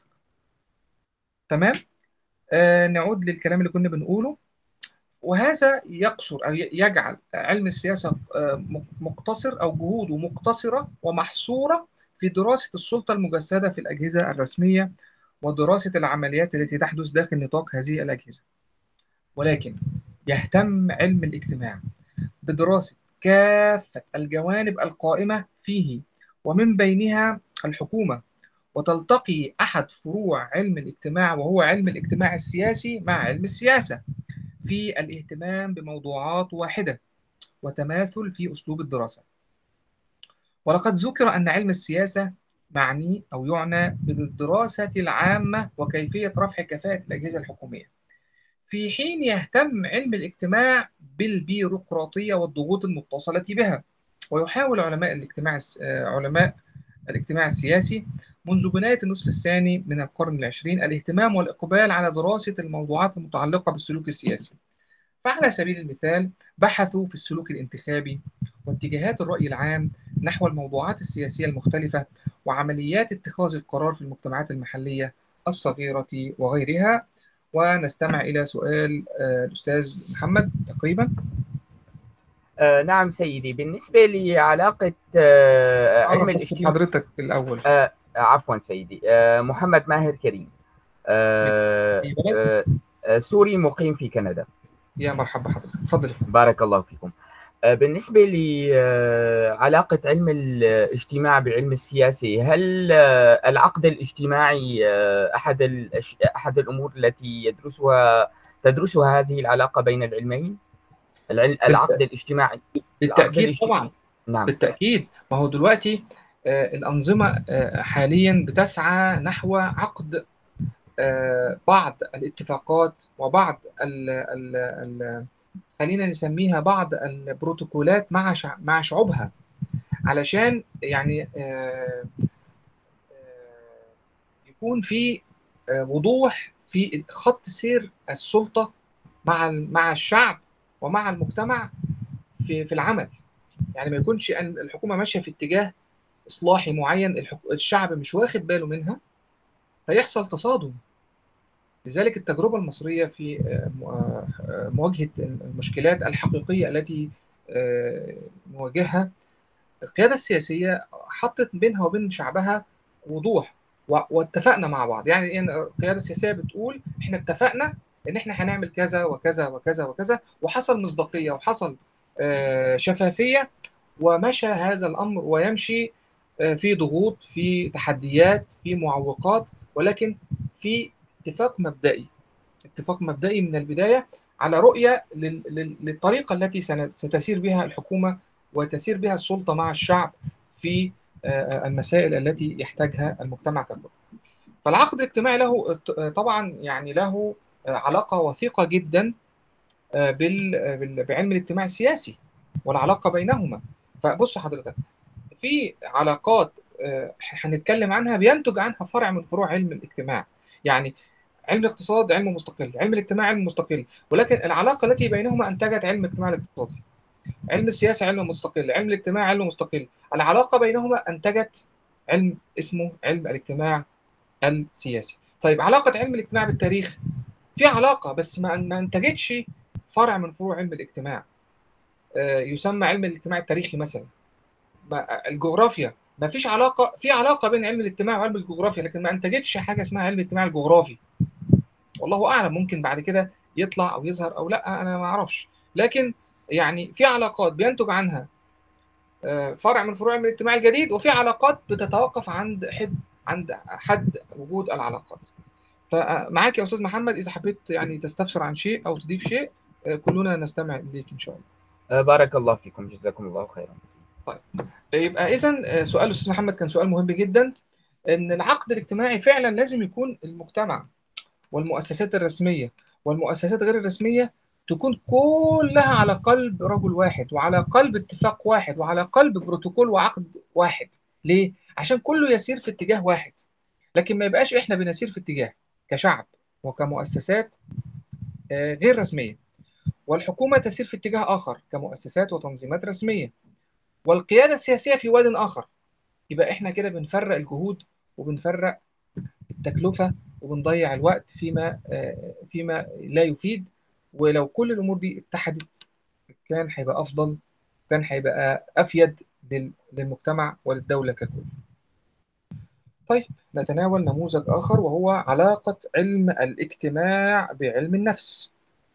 تمام. آه، نعود للكلام اللي كنا بنقوله. وهذا يقصر أو يجعل علم السياسة آه، مقتصر أو جهوده مقتصرة ومحصورة في دراسة السلطة المجسدة في الأجهزة الرسمية ودراسة العمليات التي تحدث داخل نطاق هذه الأجهزة. ولكن يهتم علم الاجتماع بدراسة كافة الجوانب القائمة فيه، ومن بينها الحكومة. وتلتقي أحد فروع علم الاجتماع وهو علم الاجتماع السياسي مع علم السياسة في الاهتمام بموضوعات واحدة وتماثل في أسلوب الدراسة. ولقد ذكر أن علم السياسة معني أو يعنى بالدراسة العامة وكيفية رفع كفاءة الأجهزة الحكومية، في حين يهتم علم الاجتماع بالبيروقراطية والضغوط المتصلة بها. ويحاول علماء الاجتماع علماء الاجتماع السياسي منذ بداية النصف الثاني من القرن العشرين الاهتمام والإقبال على دراسة الموضوعات المتعلقة بالسلوك السياسي. فعلى سبيل المثال بحثوا في السلوك الانتخابي واتجاهات الرأي العام نحو الموضوعات السياسية المختلفة وعمليات اتخاذ القرار في المجتمعات المحلية الصغيرة وغيرها. ونستمع إلى سؤال آه، الأستاذ محمد تقريبا. آه نعم سيدي، بالنسبة لعلاقة آه علم عرف بس الاجتماع حضرتك الأول. آه عفوا سيدي، آه محمد ماهر كريم، آه أي بلد؟ آه آه سوري مقيم في كندا. يا مرحبا حضرتك، اتفضل. بارك الله فيكم. آه بالنسبة لعلاقة علم الاجتماع بعلم السياسي، هل آه العقد الاجتماعي آه أحد الأش... أحد الأمور التي يدرسها تدرسها هذه العلاقة بين العلمين؟ العل... العقد الاجتماعي العقد بالتأكيد الاجتماعي. طبعا. نعم. بالتأكيد، ما هو دلوقتي آه، الأنظمة آه، حاليا بتسعى نحو عقد آه، بعض الاتفاقات وبعض ال ال ال خلينا نسميها بعض البروتوكولات مع شع مع شعوبها، علشان يعني آه، آه، يكون في آه، وضوح في خط سير السلطة مع مع الشعب ومع المجتمع في في العمل. يعني ما يكونش الحكومة ماشية في اتجاه إصلاحي معين الشعب مش واخد باله منها فيحصل تصادم. لذلك التجربة المصرية في مواجهة المشكلات الحقيقية التي نواجهها، القيادة السياسية حطت بينها وبين شعبها وضوح واتفقنا مع بعض. يعني القيادة السياسية بتقول احنا اتفقنا ان احنا هنعمل كذا وكذا وكذا وكذا، وحصل مصداقية وحصل شفافية، ومشى هذا الأمر ويمشي في ضغوط، في تحديات، في معوقات، ولكن في اتفاق مبدئي اتفاق مبدئي من البداية على رؤية للطريقة التي ستسير بها الحكومة وتسير بها السلطة مع الشعب في المسائل التي يحتاجها المجتمع ككل. فالعقد الاجتماعي له طبعا يعني له علاقة وثيقة جدا بعلم الاجتماع السياسي والعلاقة بينهما. فبص حضرتك، في علاقات هنتكلم عنها بينتج عنها فرع من فروع علم الاجتماع. يعني علم الاقتصاد علم مستقل، علم الاجتماع علم مستقل، ولكن العلاقة التي بينهما أنتجت علم الاجتماع الاقتصادي. علم السياسة علم مستقل، علم الاجتماع علم مستقل، العلاقة بينهما أنتجت علم اسمه علم الاجتماع السياسي. طيب علاقة علم الاجتماع بالتاريخ، في علاقة بس ما ما أنتجتش فرع من فروع علم الاجتماع يسمى علم الاجتماع التاريخي مثلا. الجغرافيا ما فيش علاقة، في علاقة بين علم الاجتماع وعلم الجغرافيا، لكن ما أنتجتش حاجة اسمها علم الاجتماع الجغرافي. والله أعلم، ممكن بعد كده يطلع أو يظهر أو لا، أنا ما أعرفش. لكن يعني في علاقات بينتج عنها فرع من فروع علم الاجتماع الجديد، وفي علاقات بتتوقف عند حد عند حد وجود العلاقات. فمعاك يا أستاذ محمد، إذا حبيت يعني تستفسر عن شيء أو تضيف شيء كلنا نستمع إليك إن شاء الله. بارك الله فيكم، جزاكم الله خيرا. طيب يبقى إذن سؤال الأستاذ محمد كان سؤال مهم جدا، إن العقد الاجتماعي فعلا لازم يكون المجتمع والمؤسسات الرسمية والمؤسسات غير الرسمية تكون كلها على قلب رجل واحد وعلى قلب اتفاق واحد وعلى قلب بروتوكول وعقد واحد. ليه؟ عشان كله يسير في اتجاه واحد، لكن ما يبقاش احنا بنسير في اتجاه كشعب وكمؤسسات غير رسمية، والحكومة تسير في اتجاه آخر كمؤسسات وتنظيمات رسمية، والقيادة السياسية في واد آخر. يبقى احنا كده بنفرق الجهود وبنفرق التكلفة وبنضيع الوقت فيما فيما لا يفيد. ولو كل الأمور دي اتحدت كان هيبقى أفضل، كان هيبقى أفيد للمجتمع وللدولة ككل. طيب نتناول نموذج آخر وهو علاقة علم الاجتماع بعلم النفس.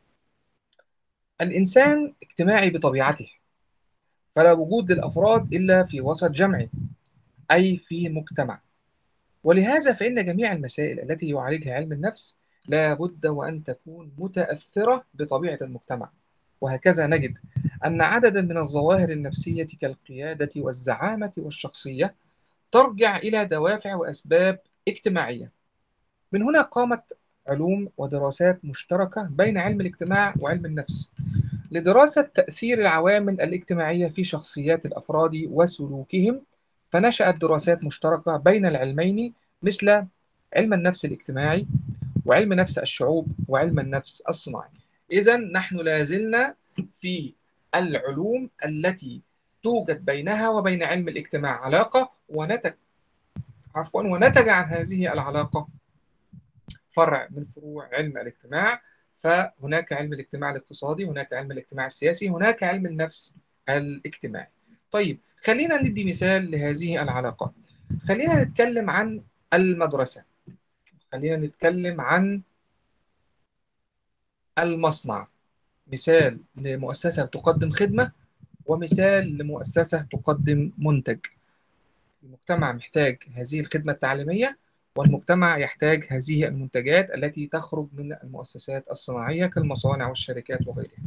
الإنسان اجتماعي بطبيعته، فلا وجود للأفراد إلا في وسط جمعي أي في مجتمع، ولهذا فإن جميع المسائل التي يعالجها علم النفس لا بد وأن تكون متأثرة بطبيعة المجتمع. وهكذا نجد أن عددا من الظواهر النفسية كالقيادة والزعامة والشخصية ترجع إلى دوافع وأسباب اجتماعية. من هنا قامت علوم ودراسات مشتركة بين علم الاجتماع وعلم النفس لدراسة تأثير العوامل الاجتماعية في شخصيات الأفراد وسلوكهم، فنشأت دراسات مشتركة بين العلمين مثل علم النفس الاجتماعي وعلم نفس الشعوب وعلم النفس الصناعي. إذن نحن لازلنا في العلوم التي توجد بينها وبين علم الاجتماع علاقة، ونتج عفوا ونتج عن هذه العلاقة فرع من فروع علم الاجتماع. فهناك علم الاجتماع الاقتصادي، هناك علم الاجتماع السياسي، هناك علم النفس الاجتماعي. طيب خلينا ندي مثال لهذه العلاقات. خلينا نتكلم عن المدرسة، خلينا نتكلم عن المصنع، مثال لمؤسسة تقدم خدمة ومثال لمؤسسة تقدم منتج. المجتمع محتاج هذه الخدمة التعليمية، والمجتمع يحتاج هذه المنتجات التي تخرج من المؤسسات الصناعية كالمصانع والشركات وغيرها.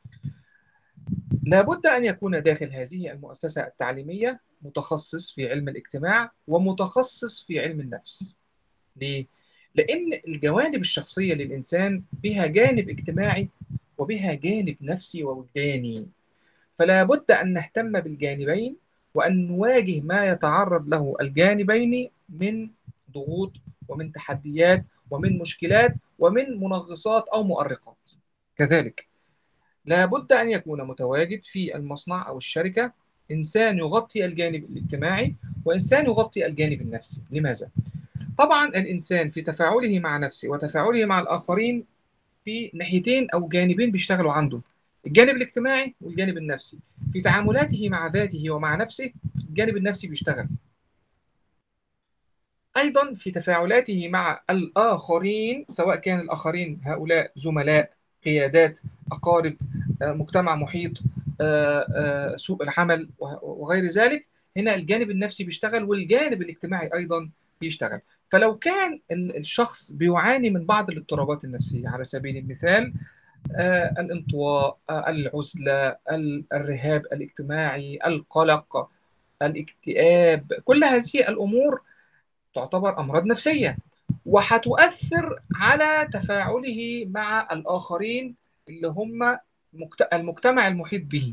لابد أن يكون داخل هذه المؤسسة التعليمية متخصص في علم الاجتماع ومتخصص في علم النفس. ليه؟ لأن الجوانب الشخصية للإنسان بها جانب اجتماعي وبها جانب نفسي ووجداني، فلا بد أن نهتم بالجانبين وأن نواجه ما يتعرض له الجانبين من ضغوط ومن تحديات ومن مشكلات ومن منغصات أو مؤرقات. كذلك لابد أن يكون متواجد في المصنع أو الشركة إنسان يغطي الجانب الاجتماعي وإنسان يغطي الجانب النفسي. لماذا؟ طبعا الإنسان في تفاعله مع نفسه وتفاعله مع الآخرين في ناحيتين أو جانبين بيشتغلوا عنده، الجانب الاجتماعي والجانب النفسي. في تعاملاته مع ذاته ومع نفسه الجانب النفسي بيشتغل، أيضا في تفاعلاته مع الآخرين، سواء كان الآخرين هؤلاء زملاء، قيادات، أقارب، مجتمع محيط، سوق العمل وغير ذلك. هنا الجانب النفسي بيشتغل والجانب الاجتماعي أيضا بيشتغل. فلو كان الشخص بيعاني من بعض الاضطرابات النفسية على سبيل المثال الانطواء، العزلة، الرهاب الاجتماعي، القلق، الاكتئاب، كل هذه الأمور تعتبر أمراض نفسية وهتؤثر على تفاعله مع الآخرين اللي هم المجتمع المحيط به.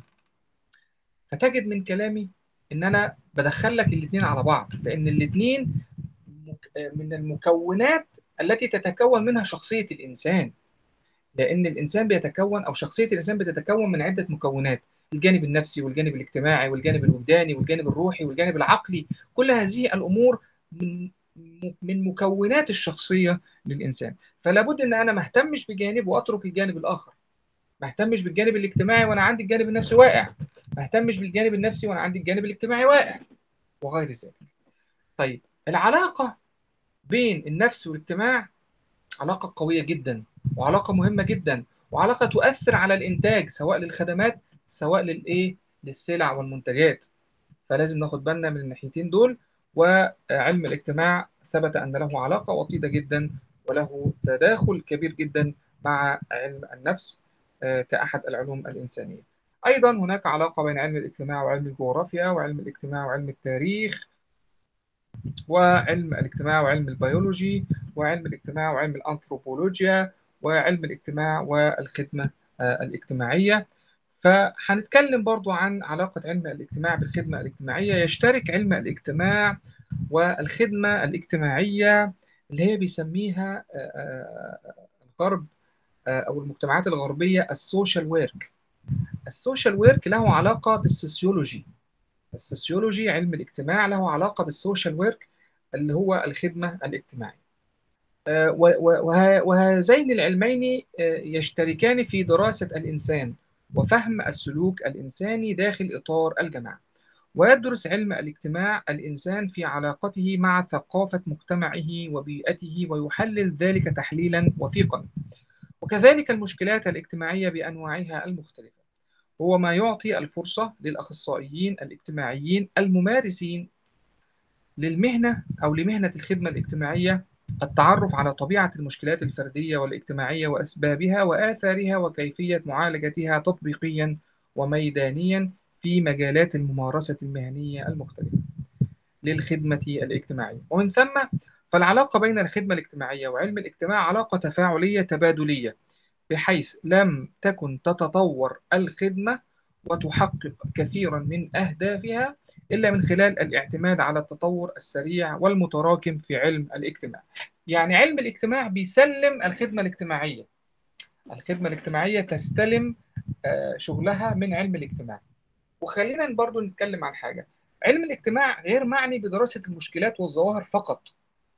فتجد من كلامي إن أنا بدخل لك الاثنين على بعض، لأن الاثنين من المكونات التي تتكون منها شخصية الإنسان، لأن الإنسان بيتكون أو شخصية الإنسان بتتكون من عدة مكونات: الجانب النفسي والجانب الاجتماعي والجانب الوجداني والجانب الروحي والجانب العقلي. كل هذه الأمور من من مكونات الشخصية للإنسان. فلا بد إن أنا ما اهتمش بجانب وأترك الجانب الآخر، ما اهتمش بالجانب الاجتماعي وأنا عندي الجانب النفسي واقع، ما اهتمش بالجانب النفسي وأنا عندي الجانب الاجتماعي واقع وغير ذلك. طيب العلاقة بين النفس والاجتماع علاقة قوية جدا وعلاقة مهمة جدا، وعلاقة تؤثر على الإنتاج سواء للخدمات سواء للإيه للسلع والمنتجات. فلازم ناخد بالنا من الناحيتين دول. وعلم الاجتماع ثبت أن له علاقة وطيدة جدا وله تداخل كبير جدا مع علم النفس كأحد العلوم الإنسانية. أيضا هناك علاقة بين علم الاجتماع وعلم الجغرافيا، وعلم الاجتماع وعلم التاريخ، وعلم الاجتماع وعلم البيولوجي، وعلم الاجتماع وعلم الأنثروبولوجيا، وعلم الاجتماع والخدمة الاجتماعية. فهنتكلم برضو عن علاقة علم الاجتماع بالخدمة الاجتماعية. يشترك علم الاجتماع والخدمة الاجتماعية اللي هي بيسميها الغرب أو المجتمعات الغربية السوشيال ويرك. السوشيال ويرك له علاقة بالسوسيولوجي. السوسيولوجي علم الاجتماع له علاقة بالسوشيال ويرك اللي هو الخدمة الاجتماعية. وهذين العلمين يشتركان في دراسة الإنسان وفهم السلوك الإنساني داخل إطار الجماعة. ويدرس علم الاجتماع الإنسان في علاقته مع ثقافة مجتمعه وبيئته ويحلل ذلك تحليلا وثيقا، وكذلك المشكلات الاجتماعية بأنواعها المختلفة. هو ما يعطي الفرصة للأخصائيين الاجتماعيين الممارسين للمهنة أو لمهنة الخدمة الاجتماعية التعرف على طبيعة المشكلات الفردية والاجتماعية وأسبابها وآثارها وكيفية معالجتها تطبيقيا وميدانيا في مجالات الممارسة المهنية المختلفة للخدمة الاجتماعية. ومن ثم فالعلاقة بين الخدمة الاجتماعية وعلم الاجتماع علاقة تفاعلية تبادلية، بحيث لم تكن تتطور الخدمة وتحقق كثيرا من أهدافها إلا من خلال الاعتماد على التطور السريع والمتراكم في علم الاجتماع. يعني علم الاجتماع بيسلم الخدمة الاجتماعية، الخدمة الاجتماعية تستلم شغلها من علم الاجتماع. وخلينا برضو نتكلم عن حاجة: علم الاجتماع غير معني بدراسة المشكلات والظواهر فقط،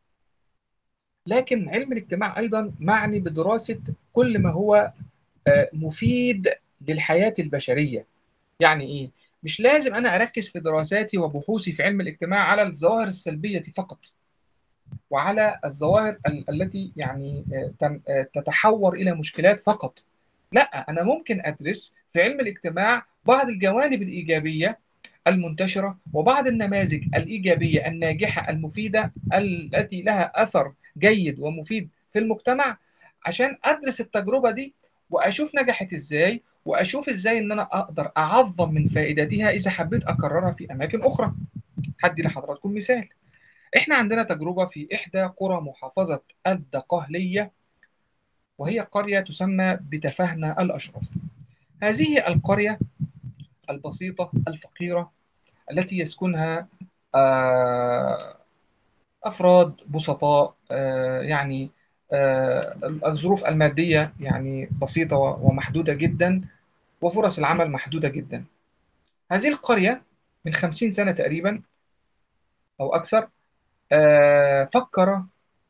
لكن علم الاجتماع أيضا معني بدراسة كل ما هو مفيد للحياة البشرية. يعني إيه؟ مش لازم أنا أركز في دراساتي وبحوثي في علم الاجتماع على الظواهر السلبية فقط وعلى الظواهر ال التي يعني تتحور إلى مشكلات فقط. لا، أنا ممكن أدرس في علم الاجتماع بعض الجوانب الإيجابية المنتشرة وبعض النماذج الإيجابية الناجحة المفيدة التي لها أثر جيد ومفيد في المجتمع، عشان أدرس التجربة دي وأشوف نجحت إزاي، وأشوف إزاي إن أنا أقدر أعظم من فائدتها إذا حبيت أكررها في أماكن أخرى. هدي لحضراتكم مثال: إحنا عندنا تجربة في إحدى قرى محافظة الدقهلية، وهي قرية تسمى بتفاهنا الأشرف. هذه القرية البسيطة الفقيرة التي يسكنها أفراد بسطاء يعني آه، الظروف المادية يعني بسيطة ومحدودة جدا، وفرص العمل محدودة جدا. هذه القرية من خمسين سنة تقريبا أو أكثر آه، فكر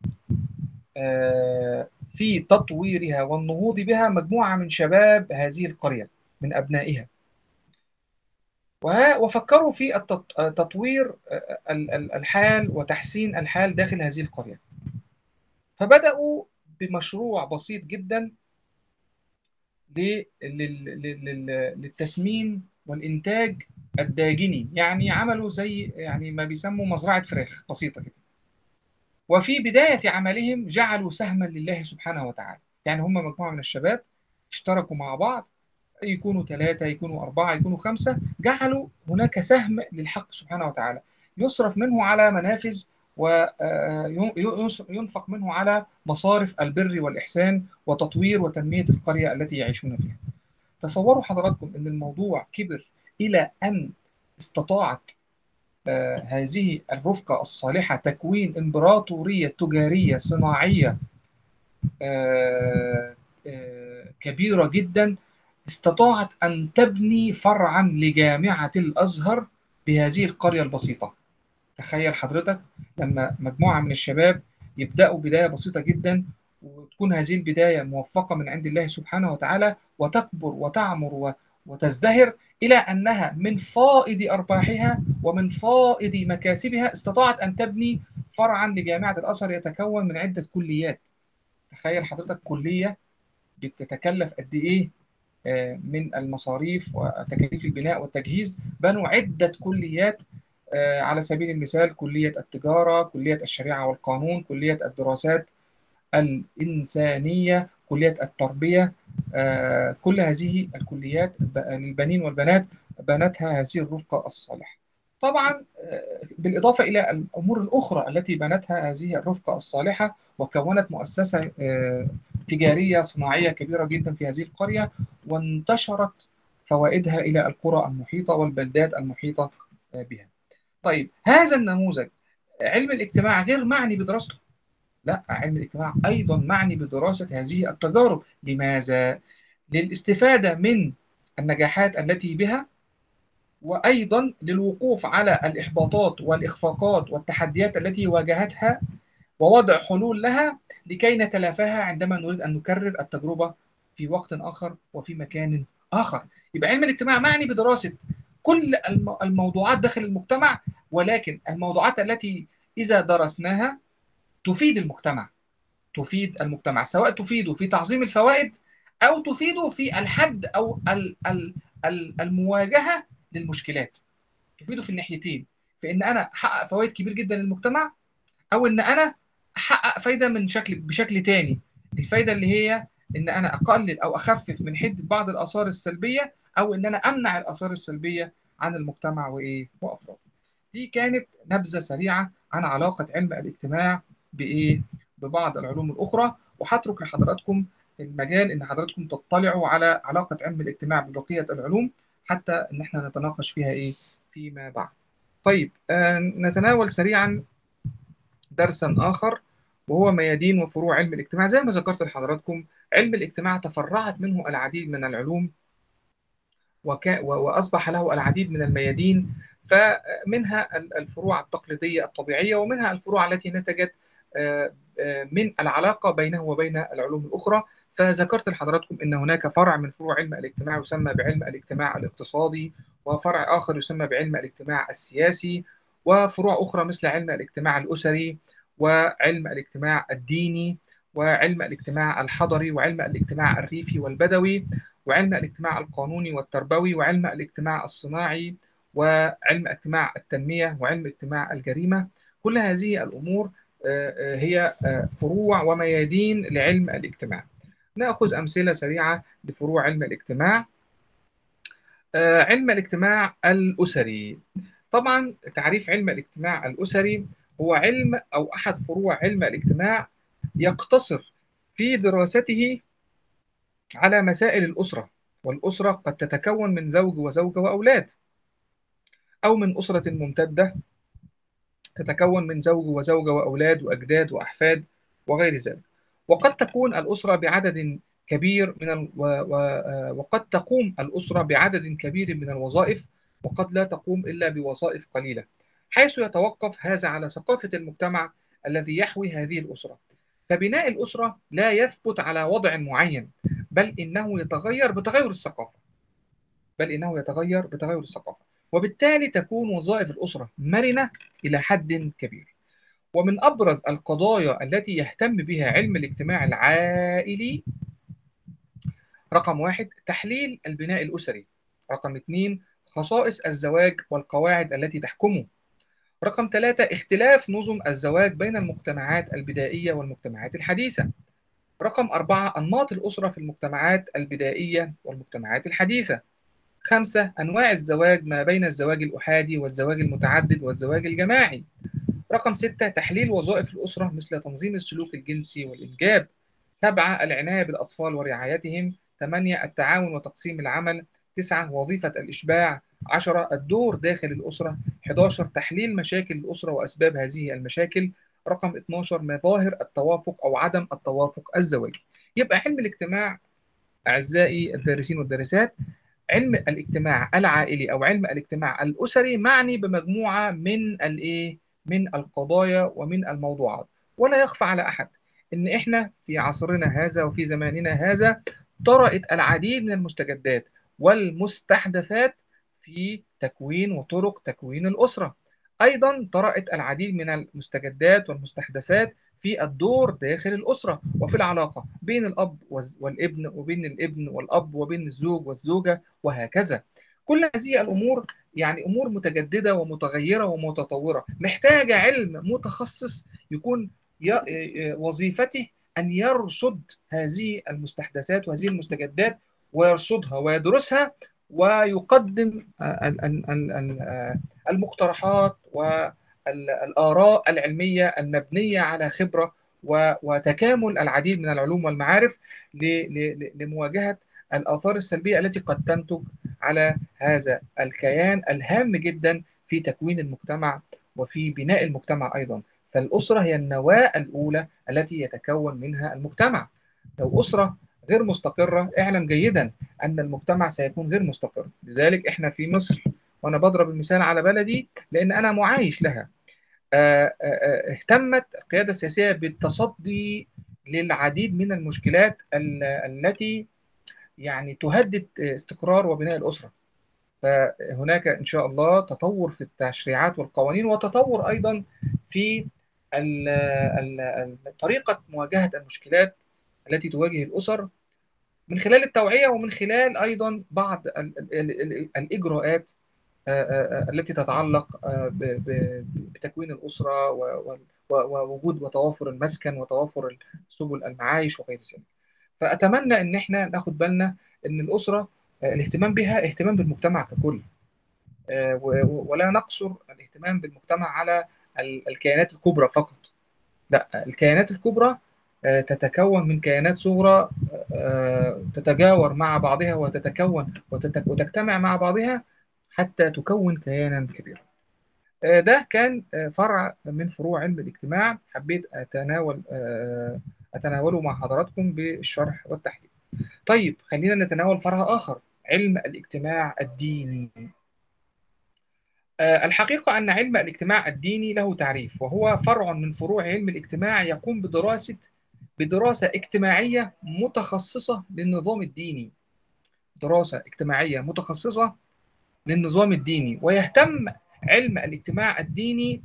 آه، في تطويرها والنهوض بها مجموعة من شباب هذه القرية من أبنائها، وه- وفكروا في التط- تطوير آه، ال- ال- الحال وتحسين الحال داخل هذه القرية. فبدأوا بمشروع بسيط جدا ل- لل- لل- لل- للتسمين والإنتاج الداجني. يعني عملوا زي يعني ما بيسموا مزرعة فراخ بسيطة كده. وفي بداية عملهم جعلوا سهما لله سبحانه وتعالى. يعني هم مجموعة من الشباب اشتركوا مع بعض، يكونوا ثلاثة يكونوا أربعة يكونوا خمسة، جعلوا هناك سهم للحق سبحانه وتعالى يصرف منه على منافذ وينفق منه على مصارف البر والإحسان وتطوير وتنمية القرية التي يعيشون فيها. تصوروا حضراتكم أن الموضوع كبر إلى أن استطاعت آه، هذه الرفقة الصالحة تكوين إمبراطورية تجارية صناعية آه، آه، كبيرة جدا، استطاعت أن تبني فرعا لجامعة الأزهر بهذه القرية البسيطة. تخيل حضرتك لما مجموعة من الشباب يبدأوا بداية بسيطة جدا، وتكون هذه البداية موفقة من عند الله سبحانه وتعالى، وتكبر وتعمر و- وتزدهر إلى أنها من فائض أرباحها ومن فائض مكاسبها استطاعت أن تبني فرعا لجامعة الأزهر يتكون من عدة كليات. تخيل حضرتك كلية بتتكلف قد إيه آه، من المصاريف وتكاليف البناء والتجهيز. بنوا عدة كليات، آه، على سبيل المثال كلية التجارة، كلية الشريعة والقانون، كلية الدراسات الإنسانية، كلية التربية. آه، كل هذه الكليات ب- للبنين والبنات بنتها هذه الرفقة الصالحة. طبعا آه، بالإضافة إلى الأمور الأخرى التي بنتها هذه الرفقة الصالحة، وكونت مؤسسة آه، تجارية صناعية كبيرة جدا في هذه القرية، وانتشرت فوائدها إلى القرى المحيطة والبلدات المحيطة آه، بها. طيب هذا النموذج علم الاجتماع غير معني بدراسته؟ لا، علم الاجتماع أيضا معني بدراسة هذه التجارب. لماذا؟ للاستفادة من النجاحات التي بها، وأيضا للوقوف على الإحباطات والإخفاقات والتحديات التي واجهتها ووضع حلول لها لكي نتلافاها عندما نريد أن نكرر التجربة في وقت آخر وفي مكان آخر. يبقى علم الاجتماع معني بدراسة كل الم- الموضوعات داخل المجتمع، ولكن الموضوعات التي إذا درسناها تفيد المجتمع. تفيد المجتمع سواء تفيده في تعظيم الفوائد أو تفيده في الحد أو ال- ال- ال- المواجهة للمشكلات. تفيده في الناحيتين، في إن أنا أحقق فوائد كبير جدا للمجتمع، او ان انا احقق فايده من شكل بشكل تاني. الفايده اللي هي ان انا اقلل او اخفف من حده بعض الاثار السلبيه، او ان انا امنع الاثار السلبيه عن المجتمع وايه وافراده. دي كانت نبذه سريعه عن علاقه علم الاجتماع بايه ببعض العلوم الاخرى، وهترك لحضراتكم المجال ان حضراتكم تطلعوا على علاقه علم الاجتماع ببقيه العلوم، حتى ان احنا نتناقش فيها ايه فيما بعد. طيب آه نتناول سريعا درسا آخر، وهو ميادين وفروع علم الاجتماع. زي ما ذكرت لحضراتكم علم الاجتماع تفرعت منه العديد من العلوم، وكا وأصبح له العديد من الميادين. فمنها الفروع التقليدية الطبيعية، ومنها الفروع التي نتجت آه، آه، من العلاقة بينه وبين العلوم الأخرى. فذكرت لحضراتكم أن هناك فرع من فروع علم الاجتماع يسمى بعلم الاجتماع الاقتصادي، وفرع آخر يسمى بعلم الاجتماع السياسي، وفروع أخرى مثل علم الاجتماع الأسري، وعلم الاجتماع الديني، وعلم الاجتماع الحضري، وعلم الاجتماع الريفي والبدوي، وعلم الاجتماع القانوني والتربوي، وعلم الاجتماع الصناعي، وعلم اجتماع التنمية، وعلم اجتماع الجريمة. كل هذه الأمور آه، آه، هي آه، فروع وميادين لعلم الاجتماع. نأخذ أمثلة سريعة لفروع علم الاجتماع. آه، علم الاجتماع الأسري. طبعا تعريف علم الاجتماع الأسري هو علم أو أحد فروع علم الاجتماع يقتصر في دراسته على مسائل الأسرة. والأسرة قد تتكون من زوج وزوجة وأولاد، أو من أسرة ممتدة تتكون من زوج وزوجة وأولاد وأجداد وأحفاد وغير ذلك. وقد تكون الأسرة بعدد كبير من ال... و... و... وقد تقوم الأسرة بعدد كبير من الوظائف، وقد لا تقوم إلا بوظائف قليلة، حيث يتوقف هذا على ثقافة المجتمع الذي يحوي هذه الأسرة. فبناء الأسرة لا يثبت على وضع معين، بل إنه يتغير بتغير الثقافة بل إنه يتغير بتغير الثقافة وبالتالي تكون وظائف الأسرة مرنة إلى حد كبير. ومن أبرز القضايا التي يهتم بها علم الاجتماع العائلي: رقم واحد، تحليل البناء الأسري. رقم اثنين، خصائص الزواج والقواعد التي تحكمه. رقم ثلاثة، اختلاف نظم الزواج بين المجتمعات البدائية والمجتمعات الحديثة. رقم أربعة، أنماط الأسرة في المجتمعات البدائية والمجتمعات الحديثة. خمسة، أنواع الزواج ما بين الزواج الأحادي والزواج المتعدد والزواج الجماعي. رقم ستة، تحليل وظائف الأسرة مثل تنظيم السلوك الجنسي والإنجاب. سبعة، العناية بالأطفال ورعايتهم. ثمانية، التعاون وتقسيم العمل. تسعة، وظيفة الإشباع. عشرة، الدور داخل الأسرة. أحد عشر، تحليل مشاكل الأسرة وأسباب هذه المشاكل. رقم اثناشر، مظاهر التوافق أو عدم التوافق الزواجي. يبقى علم الاجتماع أعزائي الدارسين والدارسات، علم الاجتماع العائلي أو علم الاجتماع الأسري معني بمجموعة من الإيه؟ من القضايا ومن الموضوعات. ولا يخفى على أحد إن إحنا في عصرنا هذا وفي زماننا هذا طرأت العديد من المستجدات والمستحدثات في تكوين وطرق تكوين الأسرة. أيضا طرأت العديد من المستجدات والمستحدثات في الدور داخل الأسرة وفي العلاقة بين الأب والابن وبين الابن والأب وبين الزوج والزوجة وهكذا. كل هذه الأمور يعني أمور متجددة ومتغيرة ومتطورة، محتاجة علم متخصص يكون وظيفته أن يرصد هذه المستحدثات وهذه المستجدات ويرصدها ويدرسها ويقدم المقترحات والآراء العلمية المبنية على خبرة وتكامل العديد من العلوم والمعارف لمواجهة الآثار السلبية التي قد تنتج على هذا الكيان الهام جدا في تكوين المجتمع وفي بناء المجتمع أيضا. فالأسرة هي النواة الأولى التي يتكون منها المجتمع. لو أسرة غير مستقرة اعلم جيدا أن المجتمع سيكون غير مستقر. لذلك إحنا في مصر، وأنا بضرب المثال على بلدي لأن أنا معايش لها، اهتمت القيادة السياسية بالتصدي للعديد من المشكلات التي يعني تهدد استقرار وبناء الأسرة. فهناك إن شاء الله تطور في التشريعات والقوانين وتطور أيضا في طريقة مواجهة المشكلات التي تواجه الأسر من خلال التوعية ومن خلال أيضا بعض الإجراءات التي تتعلق بتكوين الأسرة ووجود وتوافر المسكن وتوافر سبل المعايش وغير ذلك. فأتمنى إن احنا ناخد بالنا إن الأسرة الاهتمام بها اهتمام بالمجتمع ككل، ولا نقصر الاهتمام بالمجتمع على الكيانات الكبرى فقط. لا، الكيانات الكبرى تتكون من كيانات صغرى تتجاور مع بعضها وتتكون وتجتمع مع بعضها حتى تكون كيانا كبيرا. ده كان فرع من فروع علم الاجتماع حبيت أتناول أتناوله مع حضراتكم بالشرح والتحليل. طيب خلينا نتناول فرع آخر، علم الاجتماع الديني. الحقيقة أن علم الاجتماع الديني له تعريف، وهو فرع من فروع علم الاجتماع يقوم بدراسة بدراسة اجتماعية متخصصة للنظام الديني. دراسة اجتماعية متخصصة للنظام الديني. ويهتم علم الاجتماع الديني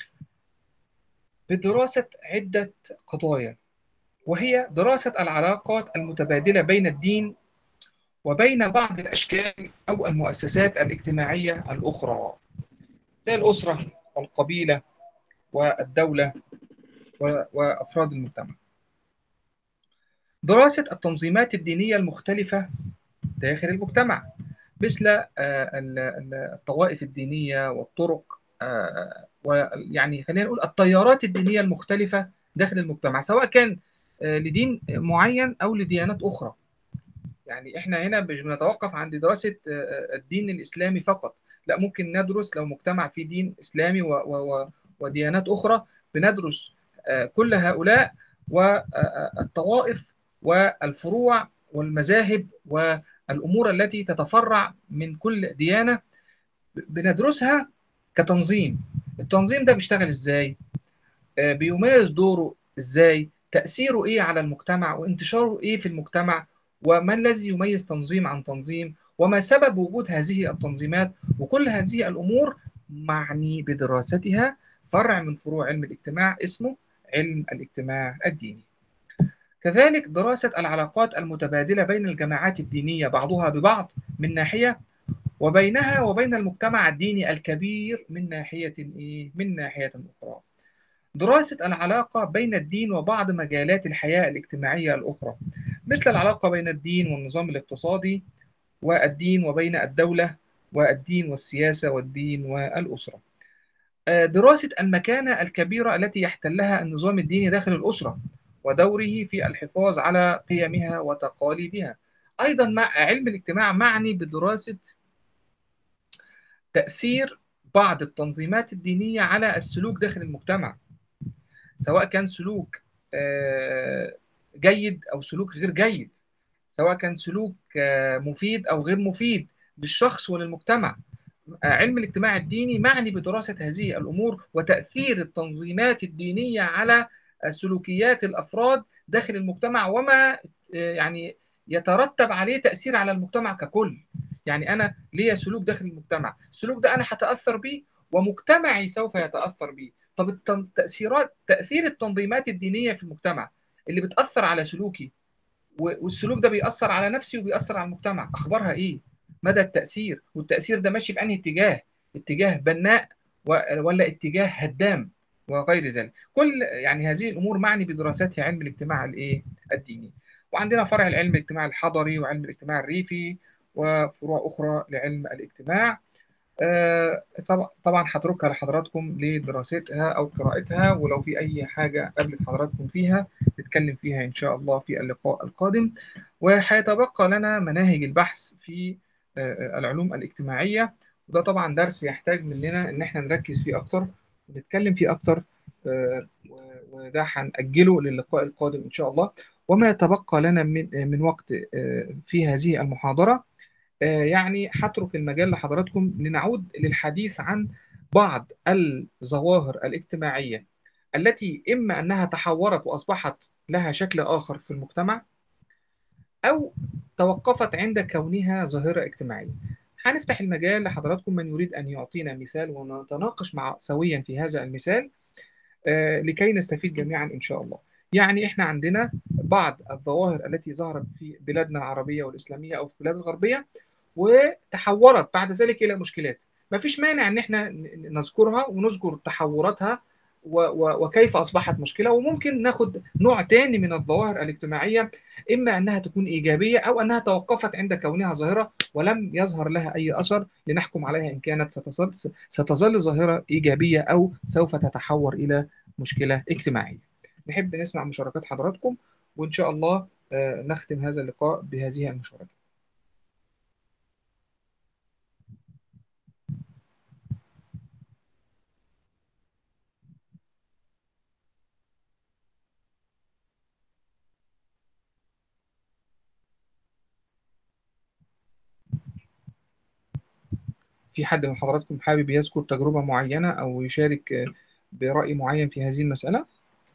بدراسة عدة قضايا، وهي دراسة العلاقات المتبادلة بين الدين وبين بعض الأشكال أو المؤسسات الاجتماعية الأخرى زي الأسرة والقبيلة والدولة وأفراد المجتمع. دراسة التنظيمات الدينية المختلفة داخل المجتمع مثل الطوائف الدينية والطرق، ويعني خلينا نقول التيارات الدينية المختلفة داخل المجتمع، سواء كان لدين معين أو لديانات أخرى. يعني إحنا هنا مش بنتوقف عند دراسة الدين الإسلامي فقط، لا، ممكن ندرس لو مجتمع فيه دين إسلامي و و وديانات أخرى، بندرس كل هؤلاء والطوائف والفروع والمذاهب والأمور التي تتفرع من كل ديانة بندرسها كتنظيم. التنظيم ده بيشتغل ازاي؟ آه، بيمارس دوره ازاي؟ تأثيره ايه على المجتمع وانتشاره ايه في المجتمع؟ وما الذي يميز تنظيم عن تنظيم؟ وما سبب وجود هذه التنظيمات؟ وكل هذه الأمور معني بدراستها فرع من فروع علم الاجتماع اسمه علم الاجتماع الديني. كذلك دراسة العلاقات المتبادلة بين الجماعات الدينية بعضها ببعض من ناحية، وبينها وبين المجتمع الديني الكبير من ناحية إيه؟ من ناحية أخرى. دراسة العلاقة بين الدين وبعض مجالات الحياة الاجتماعية الأخرى، مثل العلاقة بين الدين والنظام الاقتصادي، والدين وبين الدولة، والدين والسياسة، والدين والأسرة. آه، دراسة المكانة الكبيرة التي يحتلها النظام الديني داخل الأسرة ودوره في الحفاظ على قيمها وتقاليدها. أيضا مع علم الاجتماع معني بدراسة تأثير بعض التنظيمات الدينية على السلوك داخل المجتمع، سواء كان سلوك آه، جيد أو سلوك غير جيد، سواء كان سلوك آه، مفيد أو غير مفيد للشخص وللمجتمع. آه، علم الاجتماع الديني معني بدراسة هذه الأمور وتأثير التنظيمات الدينية على آه، سلوكيات الأفراد داخل المجتمع، وما آه، يعني يترتب عليه تأثير على المجتمع ككل. يعني أنا ليا سلوك داخل المجتمع، السلوك ده أنا هتأثر بيه ومجتمعي سوف يتأثر بيه. طب التأثيرات، تأثير التنظيمات الدينية في المجتمع اللي بتأثر على سلوكي، والسلوك ده بيأثر على نفسي وبيأثر على المجتمع، أخبارها إيه؟ مدى التأثير، والتأثير ده ماشي في أنهي اتجاه؟ اتجاه بناء ولا اتجاه هدام وغير ذلك. كل يعني هذه الأمور معني بدراستها علم الاجتماع الإيه؟ الديني. وعندنا فرع العلم الاجتماع الحضري وعلم الاجتماع الريفي وفروع أخرى لعلم الاجتماع. آه، طبعا هتركها لحضراتكم لدراستها أو قراءتها، ولو في أي حاجة قابلت حضراتكم فيها نتكلم فيها إن شاء الله في اللقاء القادم. وهيتبقى لنا مناهج البحث في آه، العلوم الاجتماعية، وده طبعا درس يحتاج مننا إن احنا نركز فيه أكتر ونتكلم فيه أكتر، آه، وده هنأجله للقاء القادم إن شاء الله. وما يتبقى لنا من من وقت آه، في هذه المحاضرة، آه، يعني هترك المجال لحضراتكم لنعود للحديث عن بعض الظواهر الاجتماعية التي إما أنها تحورت وأصبحت لها شكل آخر في المجتمع، أو توقفت عند كونها ظاهرة اجتماعية. هنفتح المجال لحضراتكم من يريد أن يعطينا مثال ونتناقش مع سويا في هذا المثال، آه، لكي نستفيد جميعا إن شاء الله. يعني إحنا عندنا بعض الظواهر التي ظهرت في بلادنا العربية والإسلامية أو في البلاد الغربية وتحورت بعد ذلك إلى مشكلات. ما فيش مانع إن إحنا نذكرها ونذكر تحوراتها وكيف أصبحت مشكلة، وممكن ناخد نوع تاني من الظواهر الاجتماعية، إما أنها تكون إيجابية أو أنها توقفت عند كونها ظاهرة ولم يظهر لها أي أثر لنحكم عليها إن كانت ستظل, ستظل ظاهرة إيجابية أو سوف تتحور إلى مشكلة اجتماعية. نحب نسمع مشاركات حضراتكم، وإن شاء الله نختم هذا اللقاء بهذه المشاركات. في حد من حضراتكم حابب يذكر تجربة معينة أو يشارك برأي معين في هذه المسألة؟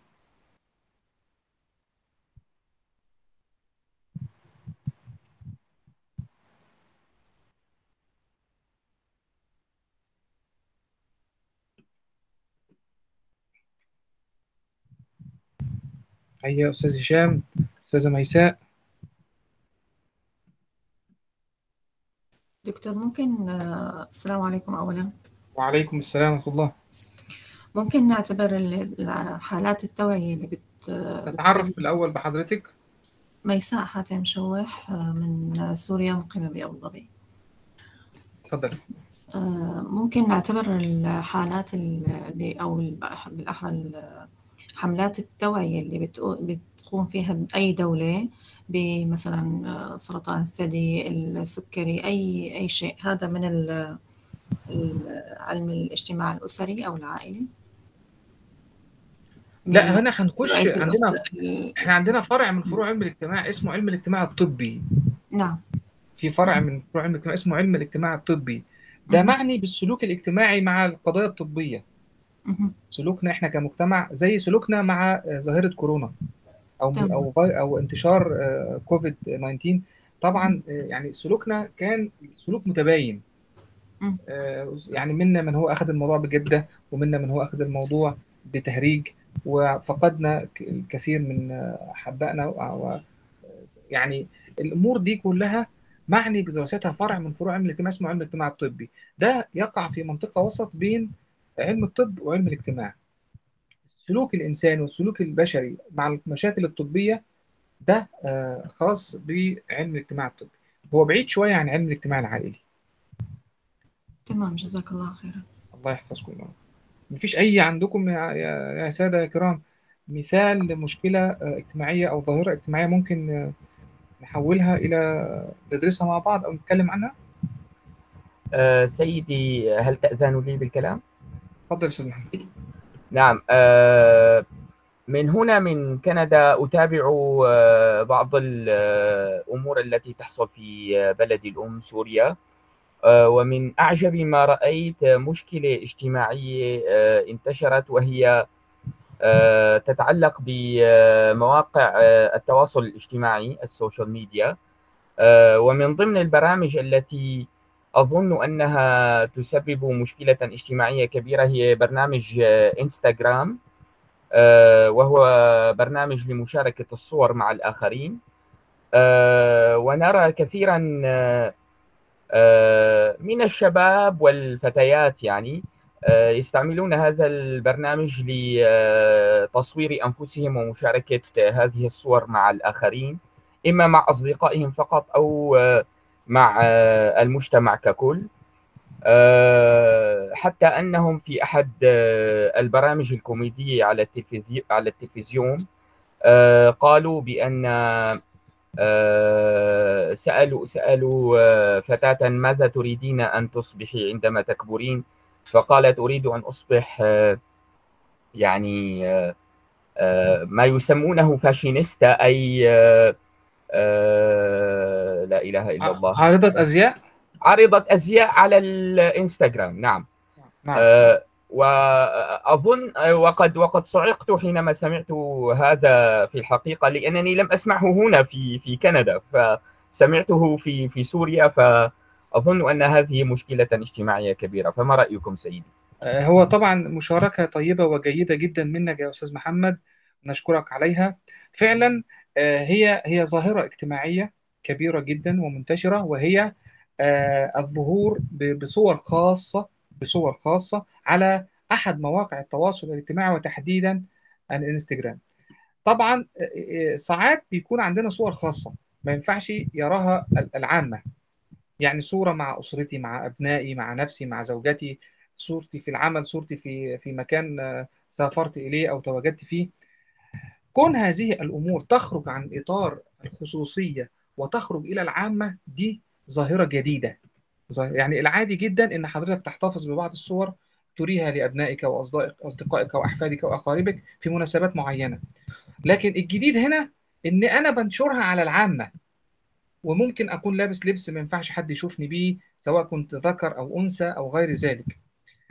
هيا أستاذ هشام، أستاذة ميساء. دكتور ممكن آه، السلام عليكم أولا. وعليكم السلام ورحمة الله. ممكن نعتبر ال- حالات التوعية اللي بت نتعرف في الأول بحضرتك. ميساء حاتم شوح آه، من سوريا مقيمة بأبو ظبي. تفضل. آه، ممكن نعتبر الحالات اللي أو بالأحرى حملات التوعية اللي بتقو- بتقوم فيها أي دولة بمثلا آه، سرطان الثدي، السكري، أي أي شيء، هذا من ال- ال- علم الاجتماع الأسري أو العائلي. لا، من هنا هنخش رؤية الأس... عندنا احنا عندنا فرع من فروع علم الاجتماع اسمه علم الاجتماع الطبي. نعم. في فرع من فروع علم الاجتماع اسمه علم الاجتماع الطبي، ده مهم. معني بالسلوك الاجتماعي مع القضايا الطبية. مهم. سلوكنا احنا كمجتمع زي سلوكنا مع آه، ظاهرة كورونا او تمام. او في- او انتشار آه، كوفيد تسعة عشر. طبعا آه، يعني سلوكنا كان سلوك متباين. مم. آه، يعني منا من هو اخذ الموضوع بجدة، ومنا من هو اخذ الموضوع بتهريج، وفقدنا ك- الكثير من آه، احبائنا و- و- يعني الامور دي كلها معني بدراستها فرع من فروع علم الاجتماع اسمه علم الاجتماع الطبي. ده يقع في منطقة وسط بين علم الطب وعلم الاجتماع. السلوك الإنساني والسلوك البشري مع المشاكل الطبية ده آه، خاص بعلم الاجتماع الطبي، هو بعيد شوية عن علم الاجتماع العائلي. تمام، جزاك الله خيرا. الله يحفظكم يا رب. مفيش أي عندكم يا يا يا سادة يا كرام مثال لمشكلة آه، اجتماعية أو ظاهرة اجتماعية ممكن آه، نحولها إلى ندرسها مع بعض أو نتكلم عنها؟ آه، سيدي، هل تأذن لي بالكلام؟ اتفضل يا أستاذ محمد. نعم. آه، من هنا من كندا أتابع آه، بعض الأمور التي تحصل في آه، بلدي الأم سوريا. آه، ومن أعجب ما رأيت مشكلة اجتماعية آه، انتشرت، وهي آه، تتعلق بمواقع آه، التواصل الاجتماعي، السوشيال ميديا. آه، ومن ضمن البرامج التي أظن أنها تسبب مشكلة اجتماعية كبيرة هي برنامج آه، إنستغرام، آه، وهو برنامج لمشاركة الصور مع الآخرين. آه، ونرى كثيرا آه، آه، من الشباب والفتيات يعني آه، يستعملون هذا البرنامج لتصوير أنفسهم ومشاركة هذه الصور مع الآخرين، إما مع أصدقائهم فقط أو آه، مع آه، المجتمع ككل. آه، حتى أنهم في أحد آه، البرامج الكوميدية على التلفزيون على التلفزيون آه، قالوا بأن آه، سألوا سألوا آه، فتاة: ماذا تريدين أن تصبحي عندما تكبرين؟ فقالت: أريد أن أصبح آه، يعني آه، آه، ما يسمونه فاشينيستا، أي آه، آه، لا إله إلا ع- الله، عارضة أزياء. عارضة أزياء على الإنستغرام. نعم. نعم. آه، وأظن آه، وقد وقد صعقت حينما سمعت هذا في الحقيقة، لأنني لم أسمعه هنا في في كندا، فسمعته في في سوريا. فأظن أن هذه مشكلة اجتماعية كبيرة. فما رأيكم سيدي؟ آه، هو طبعا مشاركة طيبة وجيدة جدا منك يا أستاذ محمد، نشكرك عليها. فعلا آه، هي هي ظاهرة اجتماعية كبيرة جدا ومنتشرة، وهي آه، الظهور ب- بصور خاصة بصور خاصة على أحد مواقع التواصل الاجتماعي، وتحديدا الانستجرام. طبعا آه، آه، ساعات بيكون عندنا صور خاصة ما ينفعش يراها ال- العامة، يعني صورة مع أسرتي، مع أبنائي، مع نفسي، مع زوجتي، صورتي في العمل، صورتي في في مكان آه، سافرت إليه أو تواجدت فيه. كون هذه الأمور تخرج عن إطار الخصوصية وتخرج إلى العامة، دي ظاهرة جديدة. ظاهرة- يعني العادي جدا إن حضرتك تحتفظ ببعض الصور تريها لأبنائك وأصدقائك وأحفادك وأقاربك في مناسبات معينة. لكن الجديد هنا إن أنا بنشرها على العامة، وممكن أكون لابس لبس ما ينفعش حد يشوفني بيه، سواء كنت ذكر أو أنثى أو غير ذلك.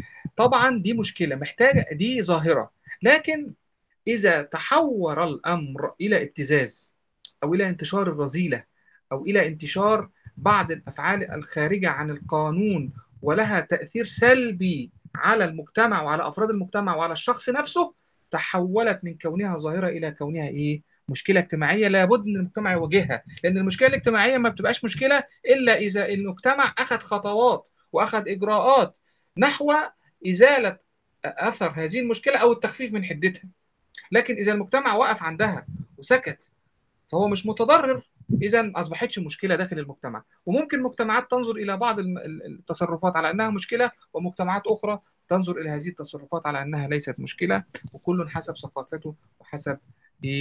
طبعا دي مشكلة محتاجة، دي ظاهرة. لكن إذا تحور الأمر إلى ابتزاز أو إلى انتشار الرذيلة أو إلى انتشار بعض الأفعال الخارجة عن القانون ولها تأثير سلبي على المجتمع وعلى أفراد المجتمع وعلى الشخص نفسه، تحولت من كونها ظاهرة إلى كونها إيه؟ مشكلة اجتماعية لابد أن المجتمع يواجهها. لأن المشكلة الاجتماعية ما بتبقاش مشكلة إلا إذا المجتمع أخذ خطوات وأخذ إجراءات نحو إزالة أثر هذه المشكلة أو التخفيف من حدتها. لكن إذا المجتمع وقف عندها وسكت فهو مش متضرر، إذا ما أصبحتش مشكلة داخل المجتمع. وممكن مجتمعات تنظر إلى بعض الم- ال- التصرفات على أنها مشكلة، ومجتمعات أخرى تنظر إلى هذه التصرفات على أنها ليست مشكلة، وكل حسب ثقافته وحسب إيه